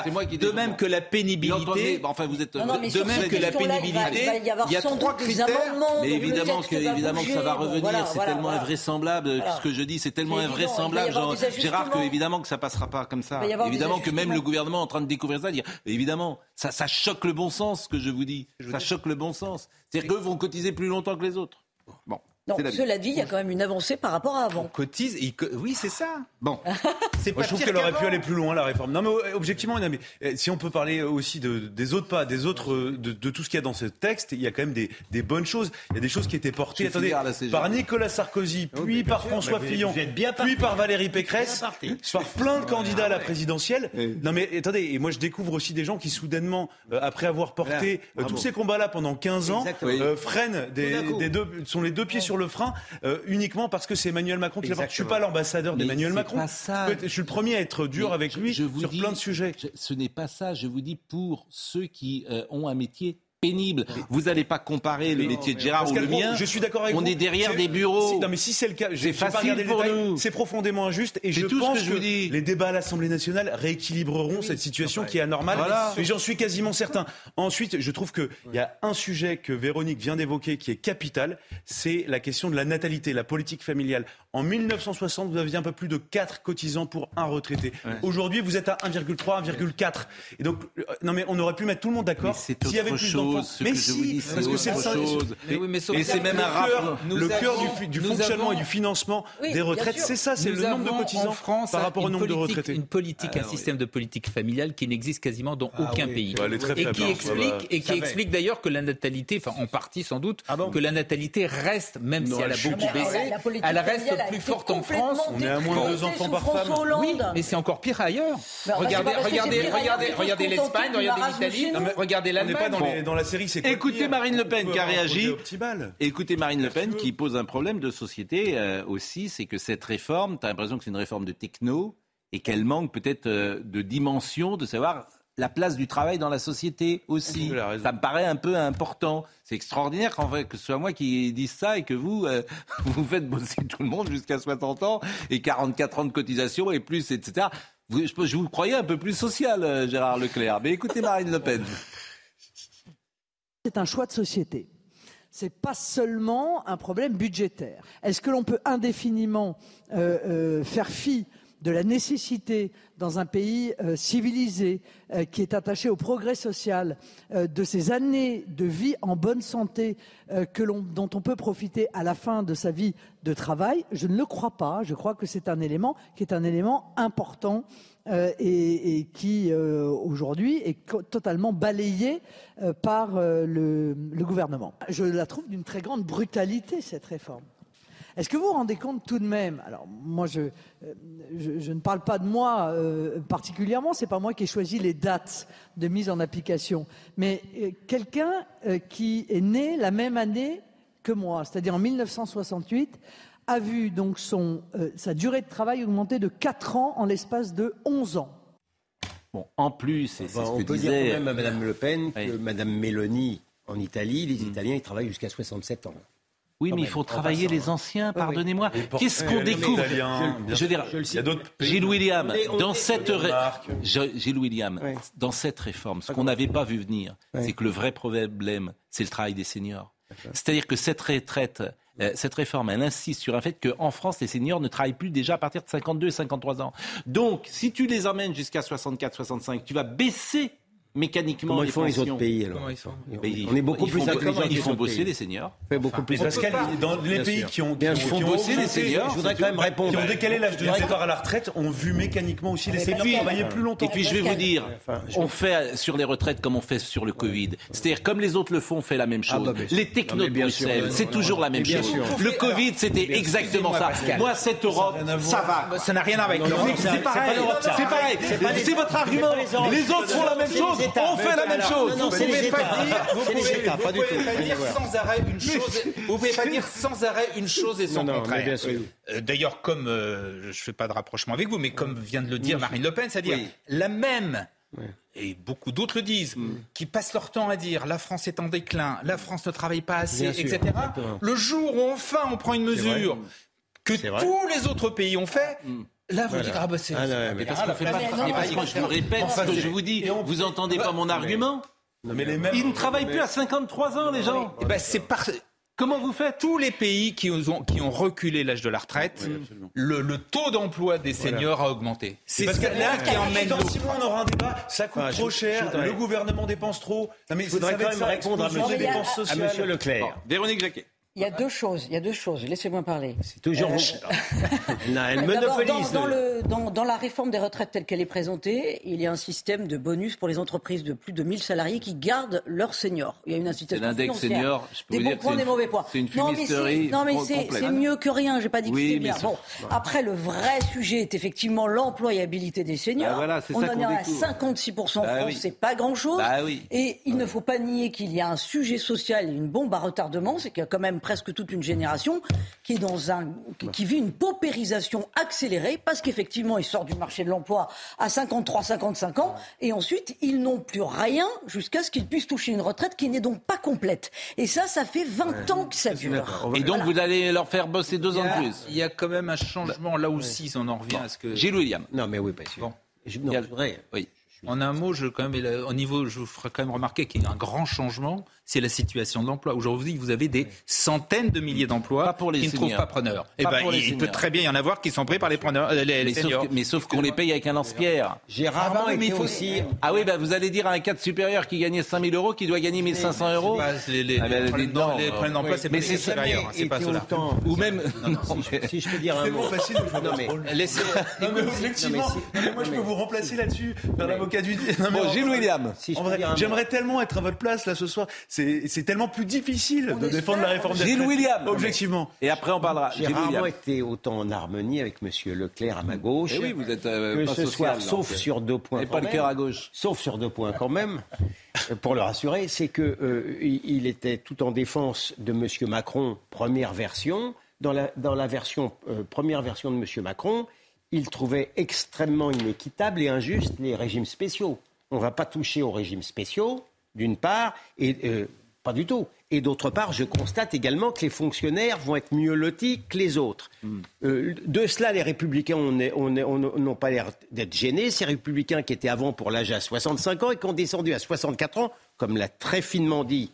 Speaker 7: même que la pénibilité.
Speaker 2: Enfin, vous êtes.
Speaker 7: De même que la pénibilité.
Speaker 6: Il y a 3 critères.
Speaker 2: Mais évidemment que ça va revenir. C'est tellement invraisemblable. Ce que je dis, c'est tellement invraisemblable, Gérard, que évidemment que ça passera pas comme ça. Évidemment que même le gouvernement est en train de découvrir ça. Évidemment, ça choque le bon sens, ce que je vous dis. Ça choque le bon sens. C'est-à-dire qu'eux vont cotiser plus longtemps que les autres. Bon.
Speaker 6: Non, cela dit, il y a quand même une avancée par rapport à avant.
Speaker 7: On cotise, oui, c'est ça.
Speaker 2: Bon.
Speaker 5: Moi, je trouve qu'elle aurait pu aller plus loin, la réforme. Non, mais objectivement, si on peut parler aussi des autres pas, de tout ce qu'il y a dans ce texte, il y a quand même des bonnes choses. Il y a des choses qui étaient portées, par Nicolas Sarkozy, puis par François Fillon, puis par Valérie Pécresse, par plein de candidats à la présidentielle. Non, mais attendez, et moi, je découvre aussi des gens qui, soudainement, après avoir porté tous ces combats-là pendant 15 ans, freinent sont les deux pieds sur le frein uniquement parce que c'est Emmanuel Macron qui l'apporte. Je suis pas l'ambassadeur d'Emmanuel Macron. Je suis le premier à être dur avec lui sur plein de sujets.
Speaker 2: Ce n'est pas ça. Je vous dis pour ceux qui ont un métier pénible. Vous n'allez pas comparer le métier de Gérard ou le mien.
Speaker 5: Je suis d'accord avec vous.
Speaker 2: On est derrière des bureaux.
Speaker 5: Non, mais si c'est le cas,
Speaker 2: c'est facile pour nous.
Speaker 5: C'est profondément injuste et je pense que les débats à l'Assemblée nationale rééquilibreront cette situation qui est anormale. Mais j'en suis quasiment certain. Ensuite, je trouve qu'il y a un sujet que Véronique vient d'évoquer qui est capital, c'est la question de la natalité, la politique familiale. En 1960, vous aviez un peu plus de 4 cotisants pour un retraité. Aujourd'hui, vous êtes à 1,3, 1,4. Et donc, non mais on aurait pu mettre tout le monde d'accord.
Speaker 2: S'il y avait plus d'enfants.
Speaker 5: Mais si, parce que c'est autre chose. Et c'est même le cœur du fonctionnement et du financement des retraites. C'est ça, c'est le nombre de cotisants en France par rapport au nombre de retraités.
Speaker 7: Un système de politique familiale qui n'existe quasiment dans aucun pays. Et qui explique d'ailleurs que la natalité, enfin en partie sans doute, que la natalité reste, même si elle a beaucoup baissé, elle reste plus forte en France.
Speaker 5: On est à moins de 2 enfants par femme.
Speaker 7: Oui, mais c'est encore pire ailleurs. Regardez l'Espagne, regardez l'Italie, regardez l'Allemagne.
Speaker 5: Dans la série, c'est
Speaker 2: écoutez Marine Le Pen qui a réagi. Écoutez Marine Le Pen qui pose un problème de société aussi, c'est que cette réforme, tu as l'impression que c'est une réforme de techno et qu'elle manque peut-être de dimension, de savoir la place du travail dans la société aussi. Ça me paraît un peu important. C'est extraordinaire qu'en fait, que ce soit moi qui dise ça et que vous, vous faites bosser tout le monde jusqu'à 60 ans et 44 ans de cotisation et plus, etc. Je vous croyais un peu plus social, Gérard Leclerc. Mais écoutez Marine Le Pen.
Speaker 17: C'est un choix de société. Ce n'est pas seulement un problème budgétaire. Est-ce que l'on peut indéfiniment faire fi de la nécessité dans un pays civilisé qui est attaché au progrès social de ces années de vie en bonne santé dont on peut profiter à la fin de sa vie de travail? Je ne le crois pas. Je crois que c'est un élément qui est un élément important et qui aujourd'hui est totalement balayé par le gouvernement. Je la trouve d'une très grande brutalité, cette réforme. Est-ce que vous vous rendez compte tout de même, alors moi je ne parle pas de moi particulièrement, c'est pas moi qui ai choisi les dates de mise en application, mais quelqu'un qui est né la même année que moi, c'est-à-dire en 1968, a vu donc sa durée de travail augmenter de 4 ans en l'espace de 11 ans.
Speaker 2: Bon, en plus, c'est ce que
Speaker 4: on peut
Speaker 2: disait...
Speaker 4: dire quand même à Mme Le Pen que Mme Meloni en Italie, les Italiens, ils travaillent jusqu'à 67 ans.
Speaker 2: Oui, mais il faut travailler les anciens, pardonnez-moi. Qu'est-ce qu'on découvre? Je veux dire, Gilles William, dans cette réforme, ce qu'on n'avait pas vu venir, c'est que le vrai problème, c'est le travail des seniors. C'est-à-dire que cette réforme, elle insiste sur un fait qu'en France, les seniors ne travaillent plus déjà à partir de 52 et 53 ans. Donc, si tu les emmènes jusqu'à 64, 65, tu vas baisser mécaniquement
Speaker 4: les pensions. Comment ils font les autres pays alors? On est beaucoup plus intelligents.
Speaker 2: Ils font bosser les seniors.
Speaker 5: Beaucoup plus. Pascal, dans les pays qui ont
Speaker 2: bosser les seniors,
Speaker 4: je voudrais quand même répondre.
Speaker 5: Qui ont décalé l'âge de départ à la retraite, ont vu mécaniquement aussi les seniors travailler plus longtemps.
Speaker 2: Et puis je vais vous dire, on fait sur les retraites comme on fait sur le Covid. C'est-à-dire comme les autres le font, on fait la même chose. Les technos de Bruxelles, c'est toujours la même chose. Le Covid, c'était exactement ça. Moi, cette Europe, ça va.
Speaker 7: Ça n'a rien à voir avec l'Europe.
Speaker 2: C'est pareil. C'est pareil. C'est votre argument. Les autres font la même chose. On fait la même chose.
Speaker 7: Vous ne pouvez pas dire sans arrêt une chose et son contraire. D'ailleurs, comme je ne fais pas de rapprochement avec vous, mais comme vient de le dire Marine Le Pen, c'est-à-dire la même, et beaucoup d'autres le disent, qui passent leur temps à dire la France est en déclin, la France ne travaille pas assez, etc. Le jour où enfin on prend une mesure que tous les autres pays ont fait, là, vous dites, c'est...
Speaker 2: mais parce qu'on fait pas... je vous répète ce que je vous dis. Vous entendez pas mon argument? Ils ne travaillent plus à 53 ans, les gens. Comment vous faites?
Speaker 7: Tous les pays qui ont reculé l'âge de la retraite, le taux d'emploi des seniors a augmenté. C'est là qui emmène
Speaker 5: l'eau. Dans 6 mois, on aura un débat. Ça coûte trop cher. Le gouvernement dépense trop.
Speaker 4: Il faudrait quand même répondre à M. Leclerc.
Speaker 2: Véronique Jacquet.
Speaker 6: Il y a deux choses. Laissez-moi parler.
Speaker 4: C'est toujours elle monopolise.
Speaker 6: Dans la réforme des retraites telle qu'elle est présentée, il y a un système de bonus pour les entreprises de plus de 1000 salariés qui gardent leurs seniors. Il y a une incitation
Speaker 2: financière. L'index senior, je peux
Speaker 6: vous dire que des mauvais points.
Speaker 2: C'est une fumisterie.
Speaker 6: Non mais c'est mieux que rien. J'ai pas dit que c'était bien. Bon, après le vrai sujet est effectivement l'employabilité des seniors. On en est à 56% en France, c'est pas grand-chose. Et il ne faut pas nier qu'il y a un sujet social et une bombe à retardement, c'est qu'il y a quand même presque toute une génération qui est qui vit une paupérisation accélérée parce qu'effectivement ils sortent du marché de l'emploi à 53, 55 ans et ensuite ils n'ont plus rien jusqu'à ce qu'ils puissent toucher une retraite qui n'est donc pas complète. Et ça fait 20 ans que ça dure.
Speaker 2: Et donc vous allez leur faire bosser 2 ans de plus.
Speaker 7: Il y a quand même un changement là aussi, on en revient à ce que...
Speaker 2: Gilles William.
Speaker 4: Non mais oui, pas sûr.
Speaker 2: Oui.
Speaker 7: En un mot, je vous ferai quand même remarquer qu'il y a un grand changement, c'est la situation de l'emploi. Aujourd'hui, vous avez des centaines de milliers d'emplois qui ne trouvent pas preneurs. Il peut très bien y en avoir qui sont pris par les preneurs, les seniors.
Speaker 2: Sauf qu'on les paye avec un lance-pierre.
Speaker 4: J'ai rarement été aussi...
Speaker 2: Ah oui, vous allez dire à un cadre supérieur qui gagnait 5 000 euros qu'il doit gagner 1 500 euros.
Speaker 7: Les problèmes d'emploi, c'est pas les supérieurs. C'est pas cela.
Speaker 2: Ou même...
Speaker 4: Si je peux dire un mot...
Speaker 5: Effectivement, moi je peux vous remplacer là-dessus, faire l'avocat du...
Speaker 2: Gilles William.
Speaker 5: J'aimerais tellement être à votre place là ce soir. C'est tellement plus difficile de défendre la réforme des retraites.
Speaker 2: Gilles William.
Speaker 5: Objectivement.
Speaker 2: Et après on parlera.
Speaker 4: J'ai rarement été autant en harmonie avec M. Leclerc à ma gauche.
Speaker 2: Et oui, vous êtes
Speaker 4: que
Speaker 2: pas
Speaker 4: ce
Speaker 2: social,
Speaker 4: soir, sauf sur 2 points.
Speaker 2: Et pas le cœur à gauche.
Speaker 4: Sauf sur 2 points quand même. Pour le rassurer, c'est que il était tout en défense de M. Macron, première version. Dans la première version de M. Macron, il trouvait extrêmement inéquitable et injuste les régimes spéciaux. on ne va pas toucher aux régimes spéciaux, d'une part, et pas du tout. Et d'autre part, je constate également que les fonctionnaires vont être mieux lotis que les autres. De cela, les Républicains n'ont pas l'air d'être gênés. Ces Républicains qui étaient avant pour l'âge à 65 ans et qui ont descendu à 64 ans, comme l'a très finement dit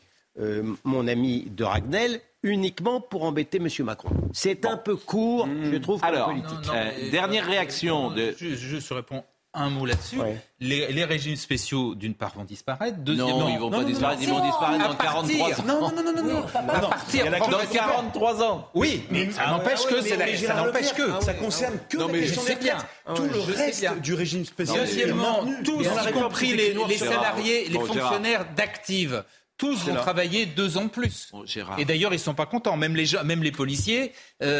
Speaker 4: mon ami de Ragnel, uniquement pour embêter M. Macron. C'est un peu court, je trouve, comme politique.
Speaker 2: Dernière réaction de...
Speaker 7: Je réponds un mot là-dessus. Ouais. Les régimes spéciaux, d'une part, vont disparaître.
Speaker 2: Deuxièmement, ils vont pas disparaître. Ils vont disparaître dans 43 ans.
Speaker 7: Non. À partir
Speaker 2: dans 43 ans.
Speaker 7: Oui, mais ça n'empêche que ça n'empêche que
Speaker 5: ça concerne que la question des retraites. Tout le reste du régime spécial.
Speaker 7: Deuxièmement, tous, y compris les salariés, les fonctionnaires d'actifs. Tous vont travailler 2 ans de plus. Et d'ailleurs, ils ne sont pas contents. Même les policiers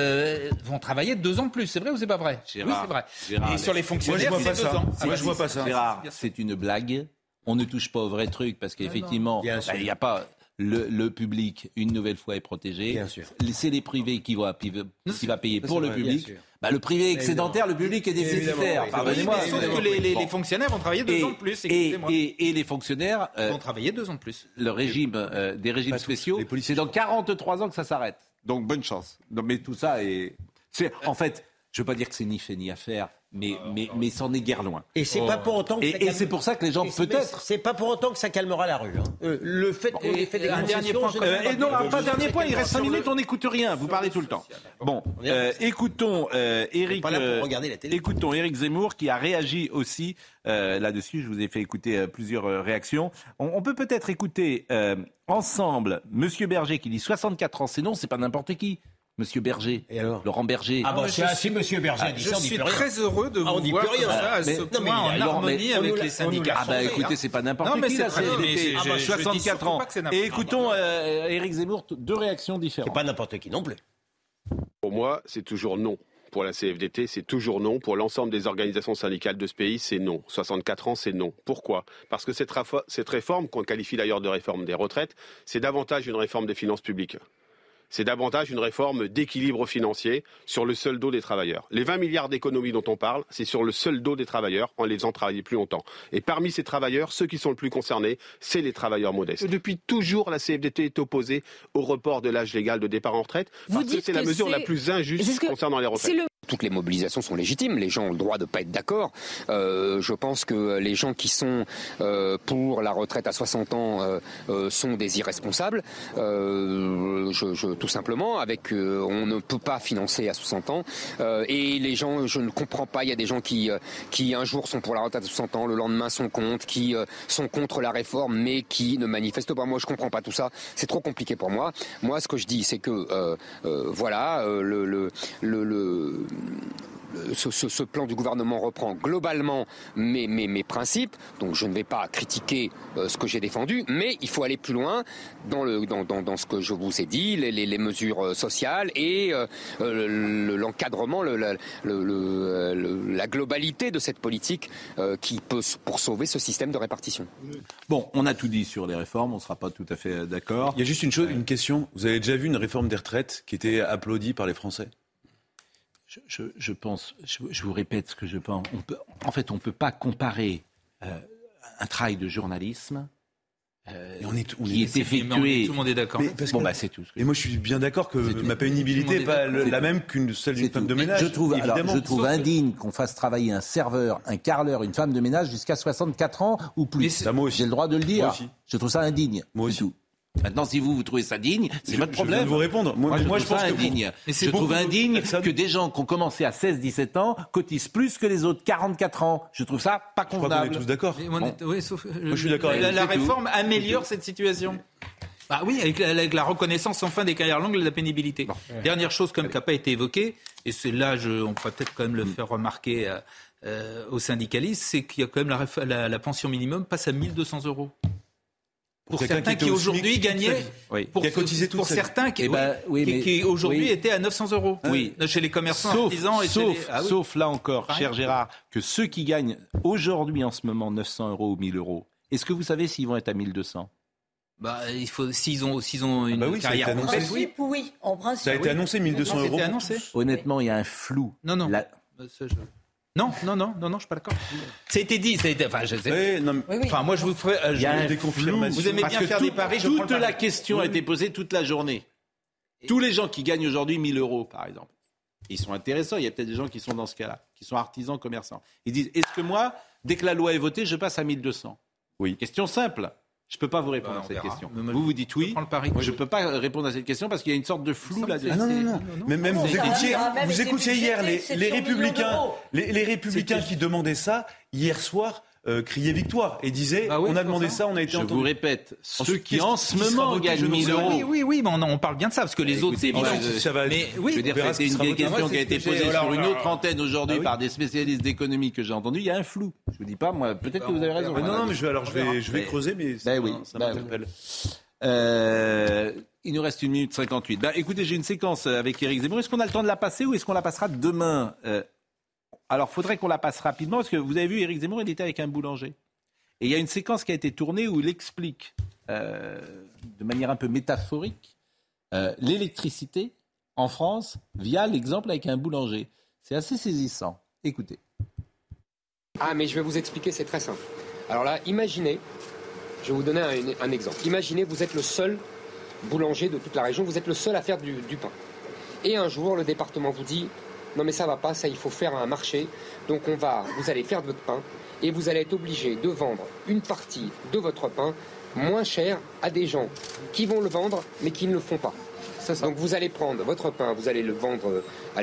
Speaker 7: vont travailler 2 ans de plus. C'est vrai ou c'est pas vrai? Oui, c'est vrai. Et sur les fonctionnaires, c'est 2 ans.
Speaker 2: Moi, je vois pas ça. Gérard, c'est une blague. On ne touche pas au vrai truc parce qu'effectivement, il n'y a pas... Le public, une nouvelle fois, est protégé.
Speaker 4: Bien sûr.
Speaker 2: C'est les privés qui va payer pour le public. Le privé est excédentaire, le public est déficitaire.
Speaker 7: Pardonnez-moi. Sauf que les fonctionnaires vont travailler 2 ans de plus.
Speaker 2: Et les fonctionnaires
Speaker 7: vont travailler 2 ans de plus.
Speaker 2: Le régime des régimes spéciaux, c'est dans 43 ans que ça s'arrête. Donc bonne chance. Mais tout ça c'est en fait, je ne veux pas dire que c'est ni fait ni à faire. Mais c'en est guère loin.
Speaker 4: Et c'est pas pour autant que
Speaker 2: et c'est pour ça que les gens peut-être.
Speaker 4: C'est pas pour autant que ça calmera la rue. Le fait qu'on ait fait des concessions.
Speaker 2: Pas dernier point. Il reste 5 minutes. On n'écoute rien. Vous parlez tout le temps. Bon, écoutons Éric. Écoutons Éric Zemmour qui a réagi aussi là-dessus. Je vous ai fait écouter plusieurs réactions. On peut peut-être écouter ensemble Monsieur Berger qui dit 64 ans. C'est non, c'est pas n'importe qui. Monsieur Berger,
Speaker 4: et alors
Speaker 2: Laurent Berger.
Speaker 4: Si Monsieur Berger dit ça, on dit plus rien.
Speaker 7: Je suis très heureux de vous voir à ce point en harmonie avec les syndicats.
Speaker 2: Écoutez, c'est pas n'importe qui, là, c'est 64 ans. Et écoutons Éric Zemmour, 2 réactions différentes.
Speaker 4: C'est pas n'importe qui non plus.
Speaker 18: Pour moi, c'est toujours non. Pour la CFDT, c'est toujours non. Pour l'ensemble des organisations syndicales de ce pays, c'est non. 64 ans, c'est non. Pourquoi ? Parce que cette réforme, qu'on qualifie d'ailleurs de réforme des retraites, c'est davantage une réforme des finances publiques. C'est davantage une réforme d'équilibre financier sur le seul dos des travailleurs. Les 20 milliards d'économies dont on parle, c'est sur le seul dos des travailleurs en les faisant travailler plus longtemps. Et parmi ces travailleurs, ceux qui sont le plus concernés, c'est les travailleurs modestes. Depuis toujours, la CFDT est opposée au report de l'âge légal de départ en retraite parce que c'est la mesure la plus injuste concernant les retraites.
Speaker 19: Toutes les mobilisations sont légitimes, les gens ont le droit de ne pas être d'accord. Je pense que les gens qui sont pour la retraite à 60 ans sont des irresponsables. Tout simplement, on ne peut pas financer à 60 ans. Et les gens, je ne comprends pas, il y a des gens qui un jour sont pour la retraite à 60 ans, le lendemain sont contre, qui sont contre la réforme, mais qui ne manifestent pas. Moi, je ne comprends pas tout ça. C'est trop compliqué pour moi. Moi, ce que je dis, c'est que ce plan du gouvernement reprend globalement mes principes, donc je ne vais pas critiquer ce que j'ai défendu, mais il faut aller plus loin dans ce que je vous ai dit, les mesures sociales et l'encadrement, la globalité de cette politique qui peut pour sauver ce système de répartition.
Speaker 2: Bon, on a tout dit sur les réformes, on ne sera pas tout à fait d'accord.
Speaker 5: Il y a juste une question. Vous avez déjà vu une réforme des retraites qui était applaudie par les Français ?
Speaker 2: Je pense, je vous répète ce que je pense. On ne peut pas comparer un travail de journalisme qui est effectué.
Speaker 7: Tout le monde est d'accord.
Speaker 2: C'est tout.
Speaker 5: Et moi, je suis bien d'accord que ma pénibilité n'est pas la même qu'une celle d'une femme de ménage.
Speaker 2: Je trouve indigne qu'on fasse travailler un serveur, un carreleur, une femme de ménage jusqu'à 64 ans ou plus. J'ai le droit de le dire.
Speaker 5: Moi aussi.
Speaker 2: Je trouve ça indigne.
Speaker 5: Moi aussi.
Speaker 2: Tout. Maintenant, si vous trouvez ça digne, c'est votre problème.
Speaker 5: Je viens de vous répondre. Moi, je pense ça
Speaker 2: indigne. Je trouve indigne que des gens qui ont commencé à 16-17 ans cotisent plus que les autres 44 ans. Je trouve ça pas convenable.
Speaker 5: Je crois qu'on est tous d'accord.
Speaker 7: Oui, sauf
Speaker 5: moi, je suis d'accord.
Speaker 7: La réforme améliore cette situation. Oui, avec la reconnaissance enfin des carrières longues et de la pénibilité. Dernière chose qui n'a pas été évoquée, et c'est là, on pourrait peut-être quand même le faire remarquer aux syndicalistes, c'est qu'il y a quand même la pension minimum passe à 1 200 €. Pour certains qui aujourd'hui gagnaient, pour certains qui aujourd'hui étaient à 900 €.
Speaker 2: Oui.
Speaker 7: Chez les commerçants, artisans.
Speaker 2: Sauf là encore, cher Gérard, que ceux qui gagnent aujourd'hui en ce moment 900 € ou 1 000 €, est-ce que vous savez s'ils vont être à 1 200 ?
Speaker 7: Il faut s'ils ont une carrière complète.
Speaker 6: Oui, en principe.
Speaker 5: Ça a été annoncé 1 200 €.
Speaker 2: Honnêtement, il y a un flou.
Speaker 7: Non. Non, je suis pas d'accord. Ça a été dit, enfin, je sais. Enfin, moi, je vous ferai.
Speaker 2: Il y a
Speaker 7: des confirmations. Vous aimez bien faire des paris.
Speaker 2: Toute la question a été posée toute la journée. Tous les gens qui gagnent aujourd'hui 1 000 euros, par exemple, ils sont intéressants. Il y a peut-être des gens qui sont dans ce cas-là, qui sont artisans, commerçants. Ils disent, est-ce que moi, dès que la loi est votée, je passe à 1 200 ? Oui. Question simple. Je ne peux pas vous répondre à cette question. Vous dites oui. Je ne peux pas répondre à cette question parce qu'il y a une sorte de flou là-dessus.
Speaker 5: Non. Mais même vous écoutiez hier les Républicains qui demandaient ça hier soir. Criaient victoire et disaient on a demandé ça, on a été entendu.
Speaker 2: Je vous répète, ceux qui en ce moment gagnent 1 000 euros.
Speaker 7: Oui, mais on parle bien de ça parce que les autres, c'est évident.
Speaker 2: Je veux dire, c'était une des questions qui a été posée sur une autre antenne aujourd'hui par des spécialistes d'économie que j'ai entendu. Il y a un flou. Je vous dis pas, moi, peut-être que vous avez raison.
Speaker 5: Non, mais je vais creuser, mais ça m'interpelle.
Speaker 2: Il nous reste 1 minute 58. Écoutez, j'ai une séquence avec Éric Zemmour. Est-ce qu'on a le temps de la passer ou est-ce qu'on la passera demain ? Alors, il faudrait qu'on la passe rapidement, parce que vous avez vu, Éric Zemmour, il était avec un boulanger. Et il y a une séquence qui a été tournée où il explique, de manière un peu métaphorique, l'électricité en France via l'exemple avec un boulanger. C'est assez saisissant. Écoutez.
Speaker 19: Ah, mais je vais vous expliquer, c'est très simple. Alors là, imaginez, je vais vous donner un exemple. Imaginez, vous êtes le seul boulanger de toute la région, vous êtes le seul à faire du pain. Et un jour, le département vous dit... Non mais ça va pas, ça il faut faire un marché. Donc vous allez faire de votre pain et vous allez être obligé de vendre une partie de votre pain moins cher à des gens qui vont le vendre mais qui ne le font pas. Donc vous allez prendre votre pain, vous allez le vendre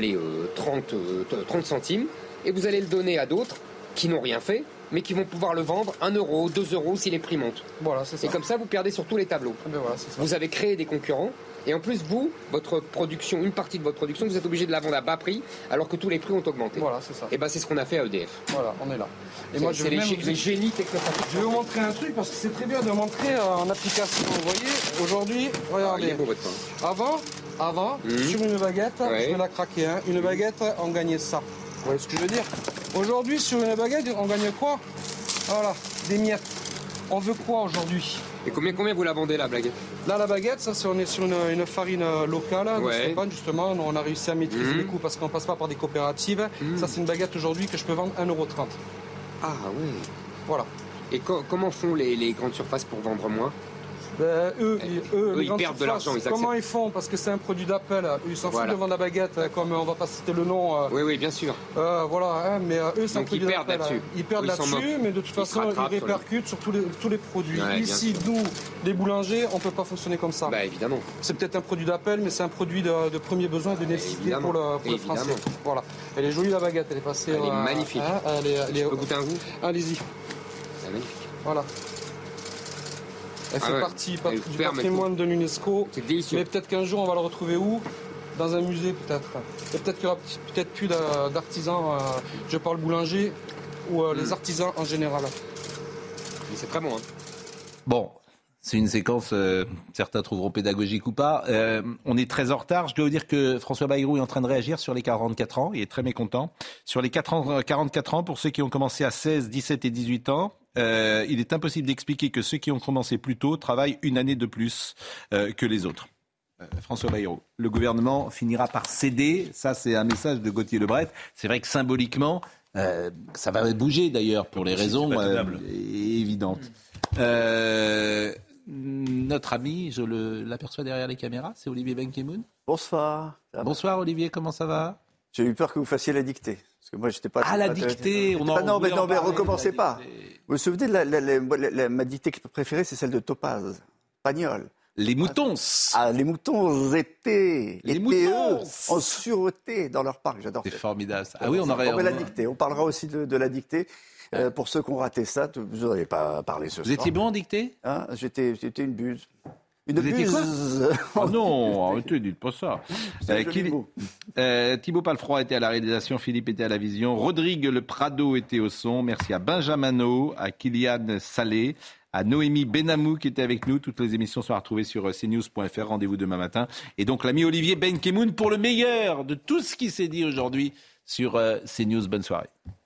Speaker 19: 30 centimes et vous allez le donner à d'autres qui n'ont rien fait mais qui vont pouvoir le vendre 1 euro, 2 euros si les prix montent. Voilà, c'est ça. Et comme ça vous perdez sur tous les tableaux. Voilà, c'est ça. Vous avez créé des concurrents. Et en plus, votre production, une partie de votre production, vous êtes obligé de la vendre à bas prix, alors que tous les prix ont augmenté. Voilà, c'est ça. Et c'est ce qu'on a fait à EDF. Voilà, on est là. Et moi, c'est les génies technokratiques.
Speaker 20: Je vais vous montrer un truc, parce que c'est très bien de montrer en application. Vous voyez, aujourd'hui, regardez.
Speaker 19: Il est beau votre pain.
Speaker 20: Avant, sur une baguette, je vais la craquer. Une baguette, on gagnait ça. Vous voyez ce que je veux dire ? Aujourd'hui, sur une baguette, on gagne quoi ? Voilà, des miettes. On veut quoi aujourd'hui ?
Speaker 19: Et combien vous la vendez, la baguette ?
Speaker 20: Là, la baguette, on est sur une farine locale, justement. Nous, on a réussi à maîtriser les coûts parce qu'on ne passe pas par des coopératives. Ça, c'est une baguette aujourd'hui que je peux vendre 1,30 €.
Speaker 19: Ah oui.
Speaker 20: Voilà.
Speaker 19: Et comment font les grandes surfaces pour vendre moins ?
Speaker 20: Eux,
Speaker 19: ils perdent de l'argent.
Speaker 20: Comment ils font ? Parce que c'est un produit d'appel. Ils s'en foutent de vendre la baguette, comme on ne va pas citer le nom.
Speaker 19: Oui, bien sûr.
Speaker 20: Mais eux, c'est un produit d'appel. Ils perdent là-dessus, mais de toute façon, ils répercutent sur tous les produits. Ici, nous, les boulangers, on ne peut pas fonctionner comme ça.
Speaker 19: Évidemment.
Speaker 20: C'est peut-être un produit d'appel, mais c'est un produit de premier besoin, de nécessité pour le français. Voilà. Elle est jolie, la baguette. Elle est passée.
Speaker 19: Elle est magnifique. Je peux goûter un goût ?
Speaker 20: Allez-y.
Speaker 19: C'est magnifique.
Speaker 20: Voilà. Elle fait partie du patrimoine de l'UNESCO.
Speaker 19: C'est délicieux.
Speaker 20: Mais peut-être qu'un jour, on va le retrouver où ? Dans un musée, peut-être. Et peut-être qu'il y aura peut-être plus d'artisans, je parle boulanger, ou les artisans en général.
Speaker 19: Mais c'est très bon.
Speaker 2: Bon, c'est une séquence, certains trouveront pédagogique ou pas. On est très en retard. Je dois vous dire que François Bayrou est en train de réagir sur les 44 ans. Il est très mécontent. Sur les 44 ans, pour ceux qui ont commencé à 16, 17 et 18 ans, il est impossible d'expliquer que ceux qui ont commencé plus tôt travaillent une année de plus que les autres. François Bayrou, le gouvernement finira par céder. Ça, c'est un message de Gauthier Lebret. C'est vrai que symboliquement, ça va bouger d'ailleurs pour les raisons évidentes. Notre ami, je l'aperçois derrière les caméras, c'est Olivier Benkemoun.
Speaker 21: Bonsoir.
Speaker 2: Bonsoir Olivier, comment ça va ?
Speaker 21: J'ai eu peur que vous fassiez la dictée. Parce que moi, j'étais pas.
Speaker 2: La dictée.
Speaker 21: Non, mais recommencez pas. Vous vous souvenez de ma dictée préférée, c'est celle de Topaz, Pagnol.
Speaker 2: Les moutons.
Speaker 21: Les moutons étaient en sûreté dans leur parc. J'adore.
Speaker 2: C'est formidable. Ah oui, on aurait.
Speaker 21: La dictée. On parlera aussi de la dictée. Pour ceux qui ont raté ça, vous n'avez pas parlé ce soir.
Speaker 2: Vous étiez bon en dictée ?
Speaker 21: J'étais une buse.
Speaker 2: Une buse. Oh non, arrêtez, dites pas ça. Thibaut Palfroy était à la réalisation, Philippe était à la vision, Rodrigue Le Prado était au son. Merci à Benjamin, à Kylian Salé, à Noémie Benamou qui était avec nous. Toutes les émissions sont à retrouver sur cnews.fr. Rendez-vous demain matin. Et donc l'ami Olivier Benkemoun pour le meilleur de tout ce qui s'est dit aujourd'hui sur CNews. Bonne soirée.